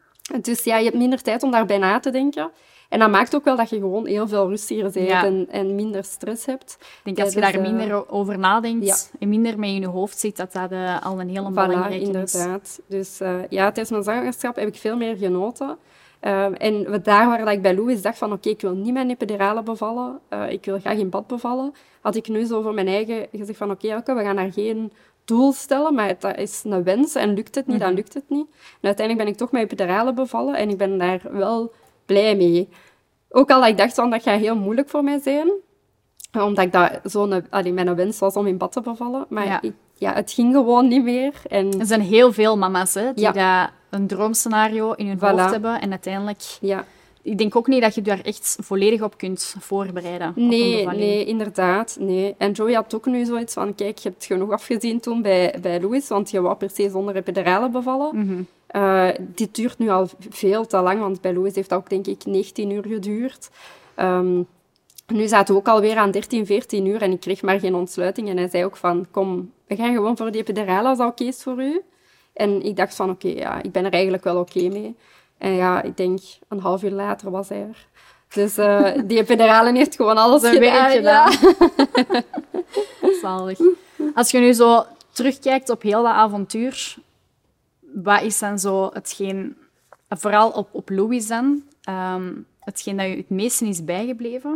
Dus ja, je hebt minder tijd om daarbij na te denken. En dat maakt ook wel dat je gewoon heel veel rustiger bent ja. en, en minder stress hebt. Ik denk als je daar minder uh, over nadenkt ja. en minder mee in je hoofd zit, dat dat uh, al een hele belangrijke voilà, inderdaad. Is. Dus uh, ja, tijdens mijn zwangerschap heb ik veel meer genoten. Uh, en daar waar ik bij Louis dacht van, oké, okay, ik wil niet mijn epidurale bevallen, uh, ik wil graag in bad bevallen, had ik nu zo voor mijn eigen gezegd van, oké, okay, we gaan daar geen doel stellen, maar dat is een wens en lukt het niet, mm-hmm. dan lukt het niet. En uiteindelijk ben ik toch met epiduralen bevallen en ik ben daar wel blij mee. Ook al dat ik dacht van, dat gaat heel moeilijk voor mij zijn, omdat ik dat zo'n, allee, mijn wens was om in bad te bevallen, maar ja. Ik, ja, het ging gewoon niet meer. En... Er zijn heel veel mama's hè, die ja. dat een droomscenario in hun voilà. hoofd hebben en uiteindelijk... Ja. Ik denk ook niet dat je daar echt volledig op kunt voorbereiden. Nee, nee, inderdaad. Nee. En Joey had ook nu zoiets van, kijk, je hebt genoeg afgezien toen bij, bij Louis, want je wou per se zonder epiduralen bevallen. Mm-hmm. Uh, dit duurt nu al veel te lang, want bij Louis heeft dat ook, denk ik, negentien uur geduurd. Um, nu zaten we ook alweer aan dertien, veertien uur en ik kreeg maar geen ontsluiting. En hij zei ook van, kom, we gaan gewoon voor die epiduralen als dat oké is voor u. En ik dacht van, oké, okay, ja, ik ben er eigenlijk wel oké okay mee. En ja, ik denk een half uur later was hij er. Dus uh, die epiduralen heeft gewoon alles gedaan. Werk gedaan. Ja. Zalig. Als je nu zo terugkijkt op heel dat avontuur, wat is dan zo hetgeen, vooral op, op Louis dan, um, hetgeen dat je het meeste is bijgebleven?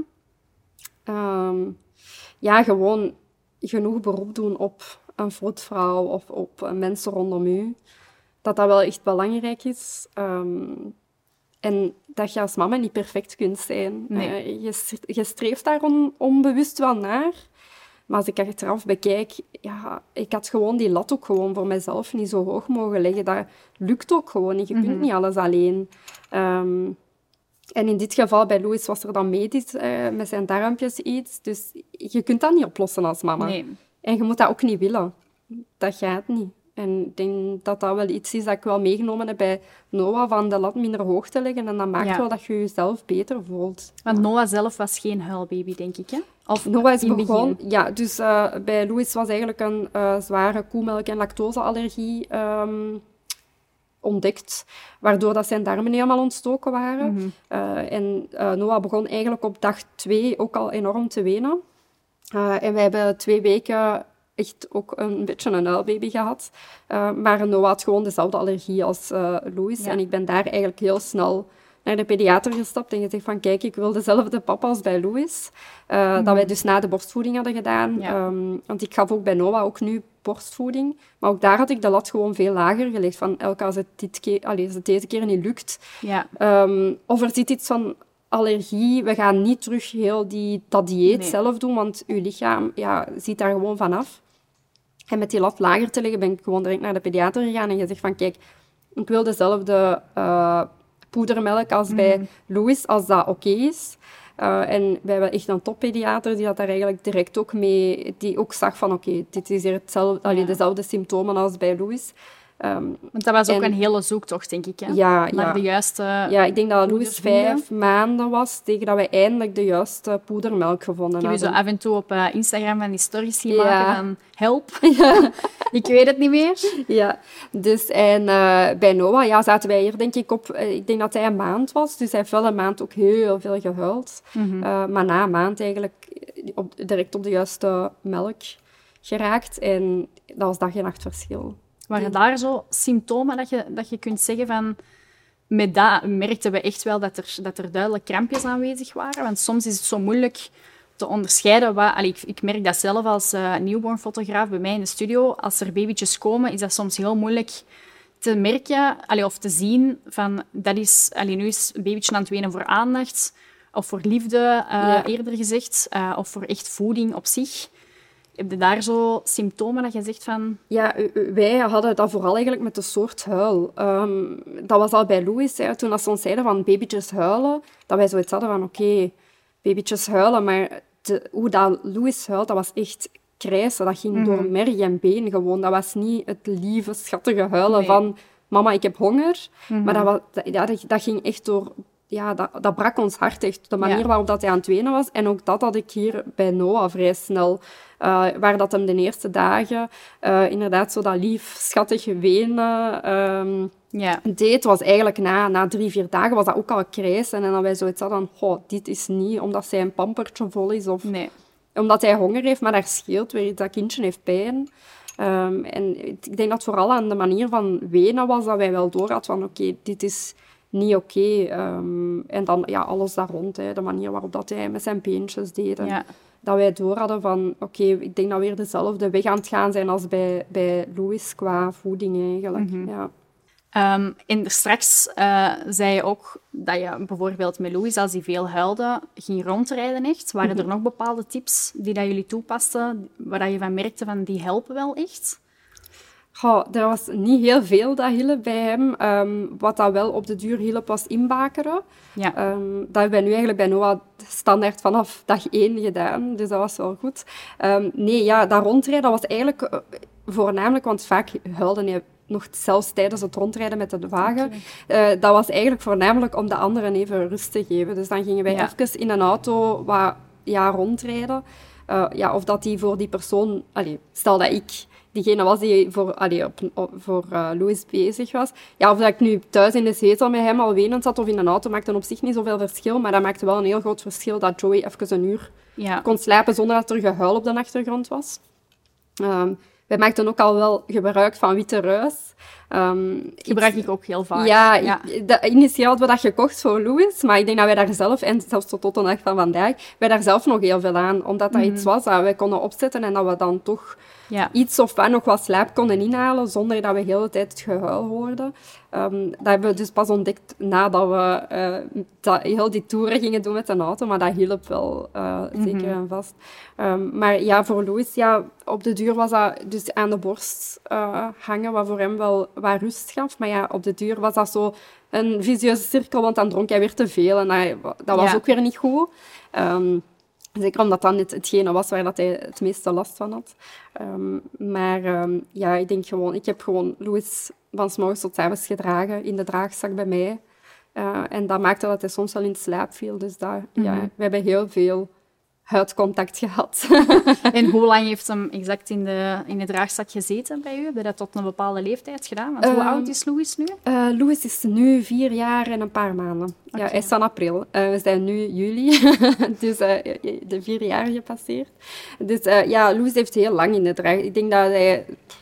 Um, ja, gewoon genoeg beroep doen op een vroedvrouw of op mensen rondom u. Dat dat wel echt belangrijk is. Um, en dat je als mama niet perfect kunt zijn. Nee. Uh, je, je streeft daar on, onbewust wel naar. Maar als ik achteraf bekijk, ja, ik had gewoon die lat ook gewoon voor mezelf niet zo hoog mogen leggen. Dat lukt ook gewoon niet. Je mm-hmm. kunt niet alles alleen. Um, en in dit geval, bij Louis, was er dan medisch uh, met zijn darmpjes iets. Dus je kunt dat niet oplossen als mama. Nee. En je moet dat ook niet willen. Dat gaat niet. En ik denk dat dat wel iets is dat ik wel meegenomen heb bij Noah, van de lat minder hoog te leggen. En dat maakt ja. wel dat je jezelf beter voelt. Want Noah zelf was geen huilbaby, denk ik, hè? Of Noah is begonnen... Ja, dus uh, bij Louis was eigenlijk een uh, zware koemelk- en lactoseallergie um, ontdekt, waardoor dat zijn darmen helemaal ontstoken waren. Mm-hmm. Uh, en uh, Noah begon eigenlijk op dag twee ook al enorm te wenen. Uh, en wij hebben twee weken... echt ook een beetje een huilbaby gehad. Uh, maar Noah had gewoon dezelfde allergie als uh, Louis. Ja. En ik ben daar eigenlijk heel snel naar de pediater gestapt en gezegd van, kijk, ik wil dezelfde papa als bij Louis. Uh, mm. Dat wij dus na de borstvoeding hadden gedaan. Ja. Um, want ik gaf ook bij Noah ook nu borstvoeding. Maar ook daar had ik de lat gewoon veel lager gelegd. Van, elke als het, dit keer, allez, als het deze keer niet lukt. Ja. Um, of er zit iets van... allergie, we gaan niet terug heel die, dat dieet nee. zelf doen, want uw lichaam ja, ziet daar gewoon vanaf. En met die lat lager te leggen ben ik gewoon direct naar de pediater gegaan en gezegd van, kijk, ik wil dezelfde uh, poedermelk als mm. bij Louis, als dat oké okay is. Uh, en wij hebben echt een toppediater die dat daar eigenlijk direct ook mee, die ook zag van, oké, okay, dit is hier hetzelfde, ja. allee, dezelfde symptomen als bij Louis. Um, Want dat was ook en, een hele zoektocht, denk ik, hè? Ja, naar ja. de juiste... Ja, ik denk dat Louis vijf maanden was tegen dat wij eindelijk de juiste poedermelk gevonden hadden. Ik heb je zo af en toe op uh, Instagram van die stories zien ja. maken van help. Ja. Ik weet het niet meer. Ja, dus en uh, bij Noah ja, zaten wij hier denk ik op... Uh, ik denk dat hij een maand was, dus hij heeft wel een maand ook heel veel gehuild. Mm-hmm. Uh, maar na een maand eigenlijk op, direct op de juiste melk geraakt. En dat was dag en nacht verschil. Waren daar zo symptomen dat je, dat je kunt zeggen van... Met dat merkten we echt wel dat er, dat er duidelijk krampjes aanwezig waren. Want soms is het zo moeilijk te onderscheiden. Wat, allee, ik, ik merk dat zelf als uh, newborn fotograaf bij mij in de studio. Als er babytjes komen, is dat soms heel moeilijk te merken allee, of te zien van... Dat is, allee, nu is een babytje aan het wenen voor aandacht of voor liefde, uh, ja. eerder gezegd. Uh, of voor echt voeding op zich. Heb je daar zo symptomen dat je zegt van... Ja, wij hadden dat vooral eigenlijk met de soort huil. Um, dat was al bij Louis, hè, toen ze ons zeiden van babytjes huilen, dat wij zoiets hadden van oké, okay, babytjes huilen, maar de, hoe dat Louis huilt, dat was echt krijsen. Dat ging mm-hmm. door merg en been gewoon. Dat was niet het lieve, schattige huilen nee. van mama, ik heb honger. Mm-hmm. Maar dat, was, dat, ja, dat, dat ging echt door... Ja, dat, dat brak ons hart echt. De manier ja. waarop dat hij aan het wenen was. En ook dat had ik hier bij Noah vrij snel. Uh, waar dat hem de eerste dagen uh, inderdaad zo dat lief, schattig wenen um, ja. deed. Was eigenlijk na, na drie, vier dagen was dat ook al krijsen. En dan wij zoiets hadden van, oh, dit is niet omdat zij een pampertje vol is. Of nee. omdat hij honger heeft, maar daar scheelt weer iets. Dat kindje heeft pijn. Um, en ik denk dat vooral aan de manier van wenen was dat wij wel door hadden van, oké, okay, dit is... niet oké. Okay. Um, en dan ja, alles daar rond. Hè. De manier waarop dat hij met zijn beentjes deed. Ja. dat wij door hadden van, oké, okay, ik denk dat we weer dezelfde weg aan het gaan zijn als bij, bij Louis qua voeding eigenlijk. Mm-hmm. Ja. Um, en straks uh, zei je ook dat je bijvoorbeeld met Louis, als hij veel huilde, ging rondrijden echt. Waren mm-hmm. er nog bepaalde tips die dat jullie toepasten, waar je van merkte van die helpen wel echt? Goh, er was niet heel veel dat hielp bij hem. Um, wat dat wel op de duur hielp was inbakeren. Ja. Um, dat hebben wij nu eigenlijk bij Noah standaard vanaf dag één gedaan. Dus dat was wel goed. Um, nee, ja, dat rondrijden dat was eigenlijk uh, voornamelijk, want vaak huilde hij nog zelfs tijdens het rondrijden met de wagen. Okay. Uh, dat was eigenlijk voornamelijk om de anderen even rust te geven. Dus dan gingen wij ja. even in een auto wat, ja, rondrijden. Uh, ja, of dat die voor die persoon... Allee, stel dat ik diegene was die voor, allee, op, op, voor uh, Louis bezig was. Ja, of dat ik nu thuis in de zetel met hem al wenend zat of in een auto, maakte op zich niet zoveel verschil. Maar dat maakte wel een heel groot verschil dat Joey even een uur ja. kon slapen zonder dat er gehuil op de achtergrond was. Um, Wij maakten ook al wel gebruik van witte ruis. Um, Gebruik ik ook heel vaak. Ja, ja. Ik, de, initieel hadden we dat gekocht voor Louis, maar ik denk dat wij daar zelf, en zelfs tot de dag van vandaag, wij daar zelf nog heel veel aan. Omdat dat mm. iets was dat wij konden opzetten en dat we dan toch ja. iets of wat nog wat slaap konden inhalen, zonder dat we de hele tijd het gehuil hoorden. Um, dat hebben we dus pas ontdekt nadat we uh, dat, heel die toeren gingen doen met een auto, maar dat hielp wel uh, mm-hmm. zeker en vast. Um, maar ja, voor Louis, ja, op de duur was dat dus aan de borst uh, hangen, wat voor hem wel wat rust gaf. Maar ja, op de duur was dat zo een vicieuze cirkel, want dan dronk hij weer te veel en dat, dat was ja. ook weer niet goed. Um, Zeker omdat dat net hetgene was waar dat hij het meeste last van had. Um, maar um, ja, ik denk gewoon... Ik heb gewoon Louis van 's morgens tot 's avonds gedragen in de draagzak bij mij. Uh, en dat maakte dat hij soms wel in slaap viel. Dus dat, mm-hmm. ja, we hebben heel veel huidcontact gehad. En hoe lang heeft hem exact in de, in de draagzak gezeten bij u? Heb je dat tot een bepaalde leeftijd gedaan? Want hoe um, oud is Louis nu? Uh, Louis is nu vier jaar en een paar maanden. Okay. Ja, hij is van april. Uh, we zijn nu juli, dus uh, de vier jaar gepasseerd. Dus uh, ja, Louis heeft heel lang in de draag. Ik denk dat hij...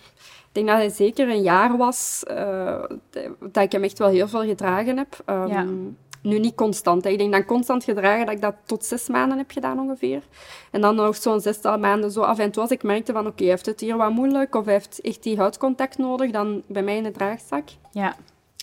Ik denk dat hij zeker een jaar was, uh, dat ik hem echt wel heel veel gedragen heb. Um, ja. Nu niet constant. Hè. Ik denk dan constant gedragen dat ik dat tot zes maanden heb gedaan ongeveer. En dan nog zo'n zestal maanden zo af en toe als ik merkte van oké, okay, heeft het hier wat moeilijk of hij heeft echt die huidcontact nodig, dan bij mij in de draagzak. Ja.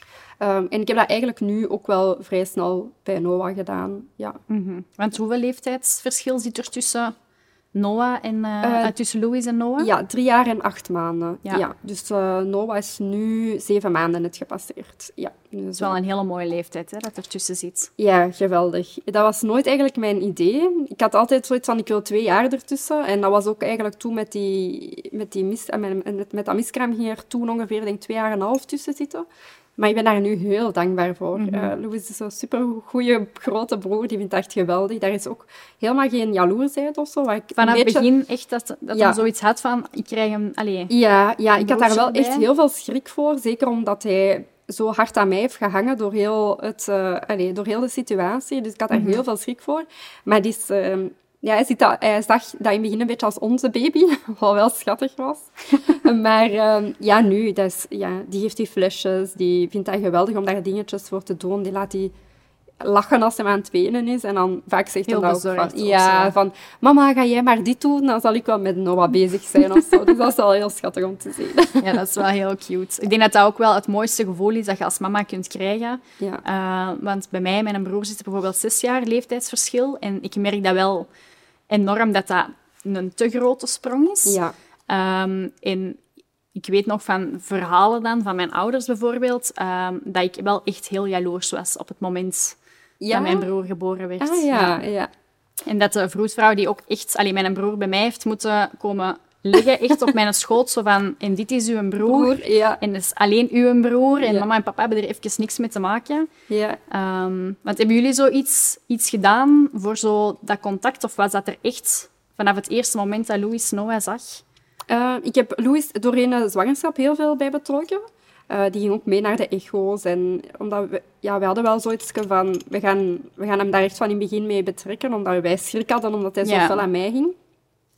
Um, en ik heb dat eigenlijk nu ook wel vrij snel bij Noah gedaan. Ja. Mm-hmm. Want hoeveel leeftijdsverschil zit er tussen Noah en, uh, uh, tussen Louis en Noah? Ja, drie jaar en acht maanden. Ja. Ja. Dus uh, Noah is nu zeven maanden net gepasseerd. Ja, dus, dat is wel een hele mooie leeftijd, hè, dat er tussen zit. Ja, geweldig. Dat was nooit eigenlijk mijn idee. Ik had altijd zoiets van, ik wil twee jaar ertussen. En dat was ook eigenlijk toen met die, met die mis, met, met dat miskraam ging er toen ongeveer denk, twee jaar en een half tussen zitten. Maar ik ben daar nu heel dankbaar voor. Mm-hmm. Uh, Louis is een supergoeie grote broer, die vindt het echt geweldig. Daar is ook helemaal geen jaloersheid of zo. Ik Vanaf het beetje... begin echt dat, dat ja. hij zoiets had van, ik krijg hem... Allez, ja, ja ik had daar wel bij. echt heel veel schrik voor. Zeker omdat hij zo hard aan mij heeft gehangen door heel, het, uh, allez, door heel de situatie. Dus ik had daar mm-hmm. heel veel schrik voor. Maar die is... Uh, Ja, hij, ziet dat, hij zag dat in het begin een beetje als onze baby, wat wel schattig was. Maar um, ja, nu, dat is, ja, die geeft die flesjes, die vindt dat geweldig om daar dingetjes voor te doen. Die laat die lachen als hij aan het wenen is. En dan vaak zegt hij ook van, ja, van, mama, ga jij maar dit doen? Dan zal ik wel met Noah bezig zijn of zo. Dus dat is wel heel schattig om te zien. Ja, dat is wel heel cute. Ik denk dat dat ook wel het mooiste gevoel is dat je als mama kunt krijgen. Ja. Uh, want bij mij en mijn broer zitten bijvoorbeeld zes jaar leeftijdsverschil. En ik merk dat wel... enorm dat dat een te grote sprong is. Ja. Um, en ik weet nog van verhalen dan, van mijn ouders bijvoorbeeld, um, dat ik wel echt heel jaloers was op het moment ja? dat mijn broer geboren werd. Ah, ja, ja. ja. En dat de vroedvrouw die ook echt... Allee, mijn broer bij mij heeft moeten komen liggen, echt op mijn schoot, zo van, en dit is uw broer, broer ja. en dat is alleen uw broer, en ja. mama en papa hebben er even niks mee te maken. Ja. Um, want hebben jullie zoiets iets gedaan voor zo dat contact, of was dat er echt vanaf het eerste moment dat Louis Noah zag? Uh, ik heb Louis doorheen de zwangerschap heel veel bij betrokken. Uh, die ging ook mee naar de echo's. En omdat we, ja, we hadden wel zoiets van, we gaan, we gaan hem daar echt van in het begin mee betrekken, omdat wij schrik hadden, omdat hij zo ja. fel aan mij ging.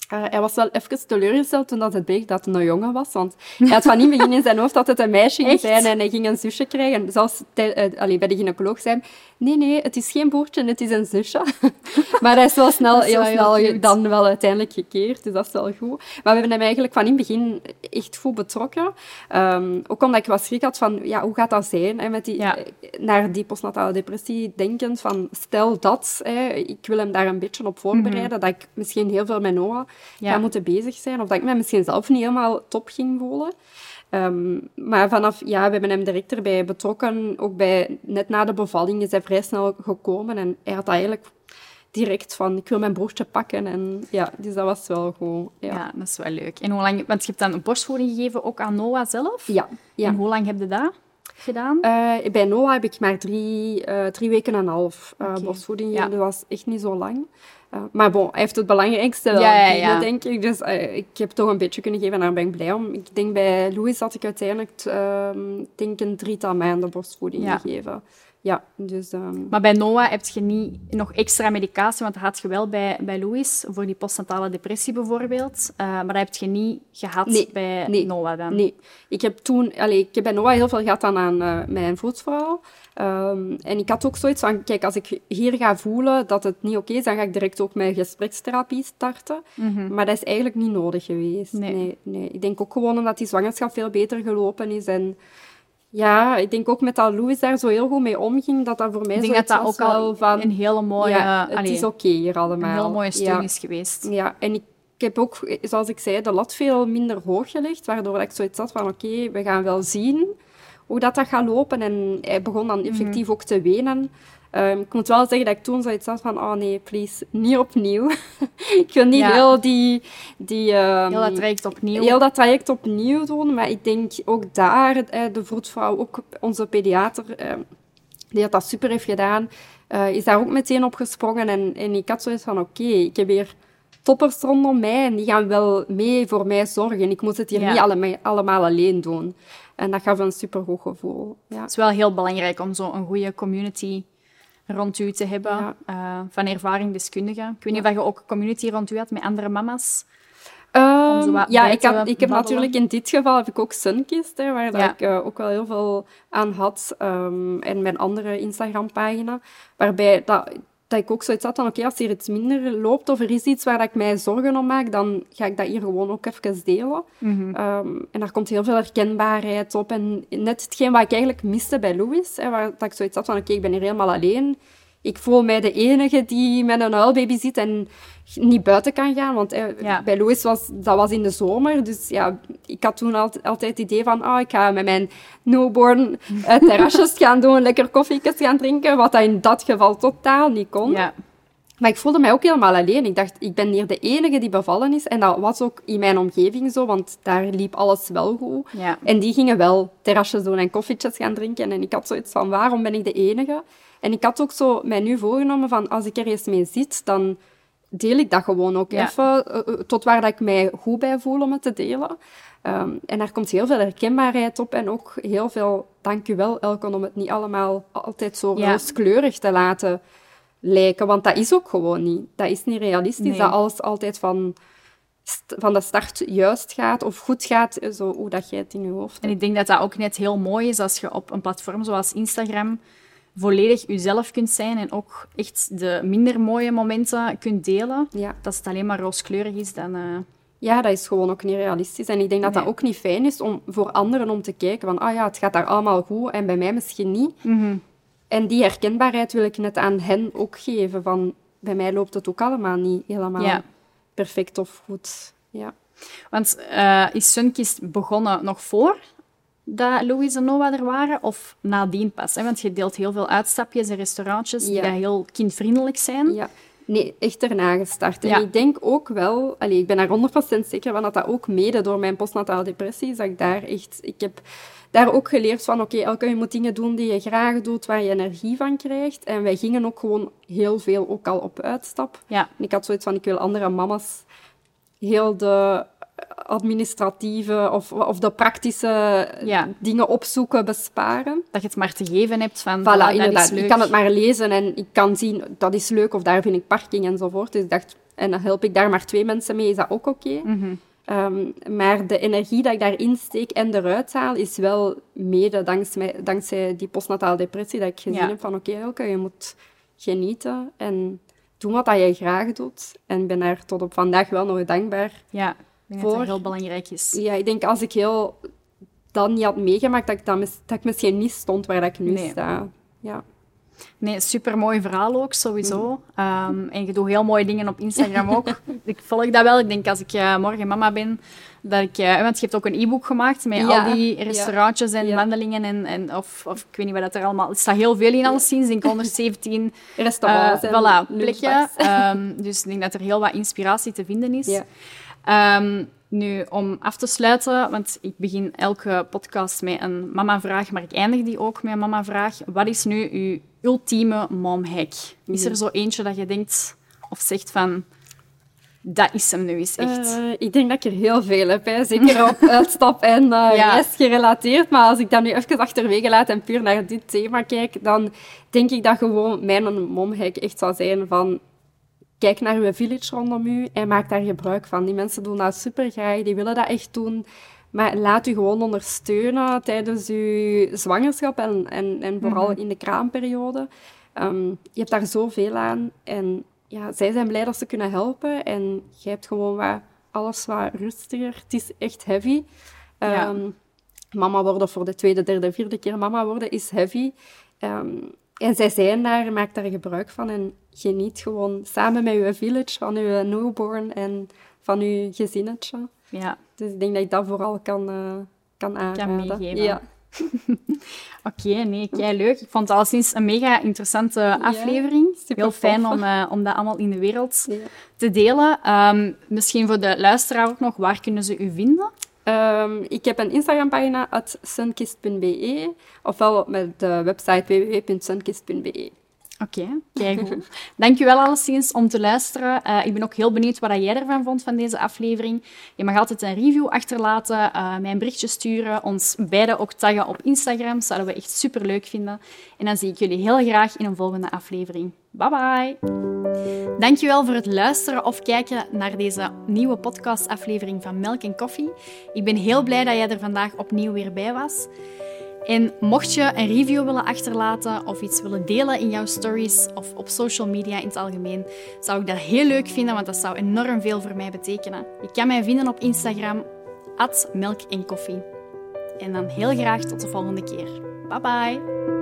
Uh, hij was wel even teleurgesteld toen dat het bleek dat het een jongen was. Want hij had van in het begin in zijn hoofd dat het een meisje ging zijn en hij ging een zusje krijgen. Zelfs te, uh, allee, bij de gynaecoloog zei nee, nee, het is geen broertje, het is een zusje. Maar hij is wel snel, heel wel snel heel dan wel uiteindelijk gekeerd, dus dat is wel goed. Maar we hebben hem eigenlijk van in het begin echt goed betrokken. Um, ook omdat ik wat schrik had van, ja, hoe gaat dat zijn? Hè, met die, ja. Naar die postnatale depressie denkend van, stel dat, hè, ik wil hem daar een beetje op voorbereiden, mm-hmm. dat ik misschien heel veel met Noah ja. ga moeten bezig zijn, of dat ik me misschien zelf niet helemaal top ging voelen. Um, maar vanaf, ja, we hebben hem direct erbij betrokken. Ook bij, net na de bevalling is hij vrij snel gekomen. En hij had eigenlijk direct van, ik wil mijn broertje pakken. En ja, dus dat was wel goed. Ja, ja dat is wel leuk. En hoe lang, want je hebt dan een borstvoeding gegeven, ook aan Noah zelf? Ja. ja. En hoe lang heb je dat gedaan? Uh, bij Noah heb ik maar drie, uh, drie weken en een half uh, okay. borstvoeding gegeven. Ja. Dat was echt niet zo lang. Uh, maar bon, hij heeft het belangrijkste wel ja, ja, binnen, ja. denk ik. Dus uh, ik heb toch een beetje kunnen geven en daar ben ik blij om. Ik denk bij Louis had ik uiteindelijk uh, denk een drietal maanden borstvoeding ja. gegeven. Ja, dus... Um... Maar bij Noah heb je niet nog extra medicatie, want dat had je wel bij, bij Louis, voor die postnatale depressie bijvoorbeeld. Uh, maar dat heb je niet gehad nee, bij nee, Noah dan? Nee. Ik heb toen... Allez, ik heb bij Noah heel veel gehad dan aan uh, mijn voetvrouw. Um, en ik had ook zoiets van, kijk, als ik hier ga voelen dat het niet oké is, dan ga ik direct ook mijn gesprekstherapie starten. Mm-hmm. Maar dat is eigenlijk niet nodig geweest. Nee. Nee, nee. Ik denk ook gewoon omdat die zwangerschap veel beter gelopen is en... Ja, ik denk ook met dat Louis daar zo heel goed mee omging, dat dat voor mij zo was Ik denk dat dat ook wel al van... een hele mooie... Ja, het allee, is oké okay hier allemaal. Een hele mooie steun ja. is geweest. Ja, en ik, ik heb ook, zoals ik zei, de lat veel minder hoog gelegd, waardoor ik zoiets had van, oké, okay, we gaan wel zien hoe dat, dat gaat lopen. En hij begon dan effectief mm-hmm. ook te wenen. Um, ik moet wel zeggen dat ik toen zoiets had van, oh nee, please, niet opnieuw. Ik wil niet ja. heel die... die um, heel dat traject opnieuw. Heel dat traject opnieuw doen, maar ik denk ook daar, de vroedvrouw, ook onze pediater, um, die dat, dat super heeft gedaan, uh, is daar ook meteen op gesprongen. En, en ik had zoiets van, oké, okay, ik heb hier toppers rondom mij en die gaan wel mee voor mij zorgen. Ik moet het hier ja. niet allemaal, allemaal alleen doen. En dat gaf een supergoed gevoel. Ja. Het is wel heel belangrijk om zo'n goede community rond u te hebben, ja. uh, van ervaringsdeskundigen. Ik weet niet ja. of je ook een community rond u had met andere mama's. Um, ja, ik, had, ik heb natuurlijk in dit geval heb ik ook Sunkist, hè, waar ja. ik uh, ook wel heel veel aan had. Um, en mijn andere Instagram-pagina, waarbij dat, dat ik ook zoiets had van, oké, okay, als hier iets minder loopt of er is iets waar ik mij zorgen om maak, dan ga ik dat hier gewoon ook even delen. Mm-hmm. Um, en daar komt heel veel herkenbaarheid op. En net hetgeen wat ik eigenlijk miste bij Louis, hè, waar dat ik zoiets had van, oké, okay, ik ben hier helemaal alleen. Ik voel mij de enige die met een huilbaby zit en niet buiten kan gaan. Want eh, ja. bij Louis was dat was in de zomer. Dus ja, ik had toen altijd, altijd het idee van... Oh, ik ga met mijn newborn uh, terrasjes gaan doen, lekker koffietjes gaan drinken. Wat dat in dat geval totaal niet kon. Ja. Maar ik voelde mij ook helemaal alleen. Ik dacht, ik ben hier de enige die bevallen is. En dat was ook in mijn omgeving zo, want daar liep alles wel goed. Ja. En die gingen wel terrasjes doen en koffietjes gaan drinken. En ik had zoiets van, waarom ben ik de enige? En ik had ook zo mij nu voorgenomen van, als ik er eens mee zit, dan deel ik dat gewoon ook ja. even, uh, tot waar dat ik mij goed bij voel om het te delen. Um, en daar komt heel veel herkenbaarheid op en ook heel veel dank u wel, Elke, om het niet allemaal altijd zo ja. rooskleurig te laten lijken. Want dat is ook gewoon niet. Dat is niet realistisch, nee. dat alles altijd van... van de start juist gaat of goed gaat, zo hoe dat jij het in je hoofd hebt. En ik denk dat dat ook net heel mooi is als je op een platform zoals Instagram volledig jezelf kunt zijn en ook echt de minder mooie momenten kunt delen. Ja. Dat het alleen maar rooskleurig is, dan... Uh... Ja, dat is gewoon ook niet realistisch. En ik denk dat nee. dat ook niet fijn is om, voor anderen om te kijken van, ah ja, het gaat daar allemaal goed en bij mij misschien niet. Mm-hmm. En die herkenbaarheid wil ik net aan hen ook geven, van bij mij loopt het ook allemaal niet helemaal ja. perfect of goed. Ja. Want uh, is Sunkist begonnen nog voor dat Louis en Noah er waren, of nadien pas? Hè? Want je deelt heel veel uitstapjes en restaurantjes ja. die heel kindvriendelijk zijn. Ja. Nee, echt erna gestart. En ja. ik denk ook wel... Allez, ik ben er honderd procent zeker van dat dat ook mede door mijn postnatale depressie is, dat ik daar echt... Ik heb daar ook geleerd van, oké, okay, Elke, je moet dingen doen die je graag doet, waar je energie van krijgt. En wij gingen ook gewoon heel veel ook al op uitstap. Ja. En ik had zoiets van, ik wil andere mama's heel de administratieve of, of de praktische ja. dingen opzoeken, besparen. Dat je het maar te geven hebt van, voilà, dat is leuk. Ik kan het maar lezen en ik kan zien, dat is leuk, of daar vind ik parking enzovoort. Dus ik dacht, En dan help ik daar maar twee mensen mee, is dat ook oké. Okay. Mm-hmm. Um, maar de energie dat ik daarin steek en eruit haal, is wel mede dankzij, dankzij die postnatale depressie, dat ik gezien ja. heb van oké, okay, Elke, je moet genieten en doen wat dat je graag doet. En ik ben daar tot op vandaag wel nog dankbaar ja, ik denk voor. Dat dat heel belangrijk is. Ja, ik denk als ik heel dat niet had meegemaakt, dat ik, dat, mis, dat ik misschien niet stond waar dat ik nu nee. sta. Ja. Nee, supermooi verhaal ook, sowieso. Um, en je doet heel mooie dingen op Instagram ook. Ik volg dat wel. Ik denk als ik uh, morgen mama ben, dat ik... Uh, want je hebt ook een e-book gemaakt met ja. al die restaurantjes en ja. wandelingen. En, en, of, of ik weet niet wat dat er allemaal... Er staat heel veel in, alleszins. Ik honderdzeventien restaurants uh, voilà, plekken. Um, dus ik denk dat er heel wat inspiratie te vinden is. Ja. Um, Nu, om af te sluiten, want ik begin elke podcast met een mama-vraag, maar ik eindig die ook met een mama-vraag. Wat is nu uw ultieme mom-hack? Is er zo eentje dat je denkt of zegt van... Dat is hem nu eens echt. Uh, ik denk dat ik er heel veel heb, hè. Zeker op uitstap en uh, ja. reis gerelateerd. Maar als ik dat nu even achterwege laat en puur naar dit thema kijk, dan denk ik dat gewoon mijn mom-hack echt zou zijn van... Kijk naar uw village rondom u en maak daar gebruik van. Die mensen doen dat super graag, die willen dat echt doen. Maar laat u gewoon ondersteunen tijdens uw zwangerschap en, en, en vooral mm-hmm. in de kraamperiode. Um, je hebt daar zoveel aan. En ja, zij zijn blij dat ze kunnen helpen. En jij hebt gewoon wat, alles wat rustiger. Het is echt heavy. Um, ja. Mama worden voor de tweede, derde, vierde keer mama worden is heavy. Um, En zij zijn daar, maak daar gebruik van en geniet gewoon samen met je village van je newborn en van je gezinnetje. Ja. Dus ik denk dat ik dat vooral kan, uh, kan aanraden. Kan meegeven. Ja. Oké, okay, nee, kei leuk. Ik vond het alleszins een mega interessante aflevering. Ja, heel fijn om, uh, om dat allemaal in de wereld ja. te delen. Um, misschien voor de luisteraar ook nog, waar kunnen ze u vinden? Um, ik heb een Instagram-pagina, at sunkist punt b e, ofwel met de website w w w punt sunkist punt b e. Oké, okay, kijk goed. Dankjewel alleszins om te luisteren. Uh, ik ben ook heel benieuwd wat jij ervan vond van deze aflevering. Je mag altijd een review achterlaten, uh, mij een berichtje sturen, ons beiden ook taggen op Instagram. Dat zouden we echt superleuk vinden. En dan zie ik jullie heel graag in een volgende aflevering. Bye bye! Dankjewel voor het luisteren of kijken naar deze nieuwe podcastaflevering van Melk en Koffie. Ik ben heel blij dat jij er vandaag opnieuw weer bij was. En mocht je een review willen achterlaten of iets willen delen in jouw stories of op social media in het algemeen, zou ik dat heel leuk vinden, want dat zou enorm veel voor mij betekenen. Je kan mij vinden op Instagram, at melk en koffie. En dan heel graag tot de volgende keer. Bye bye!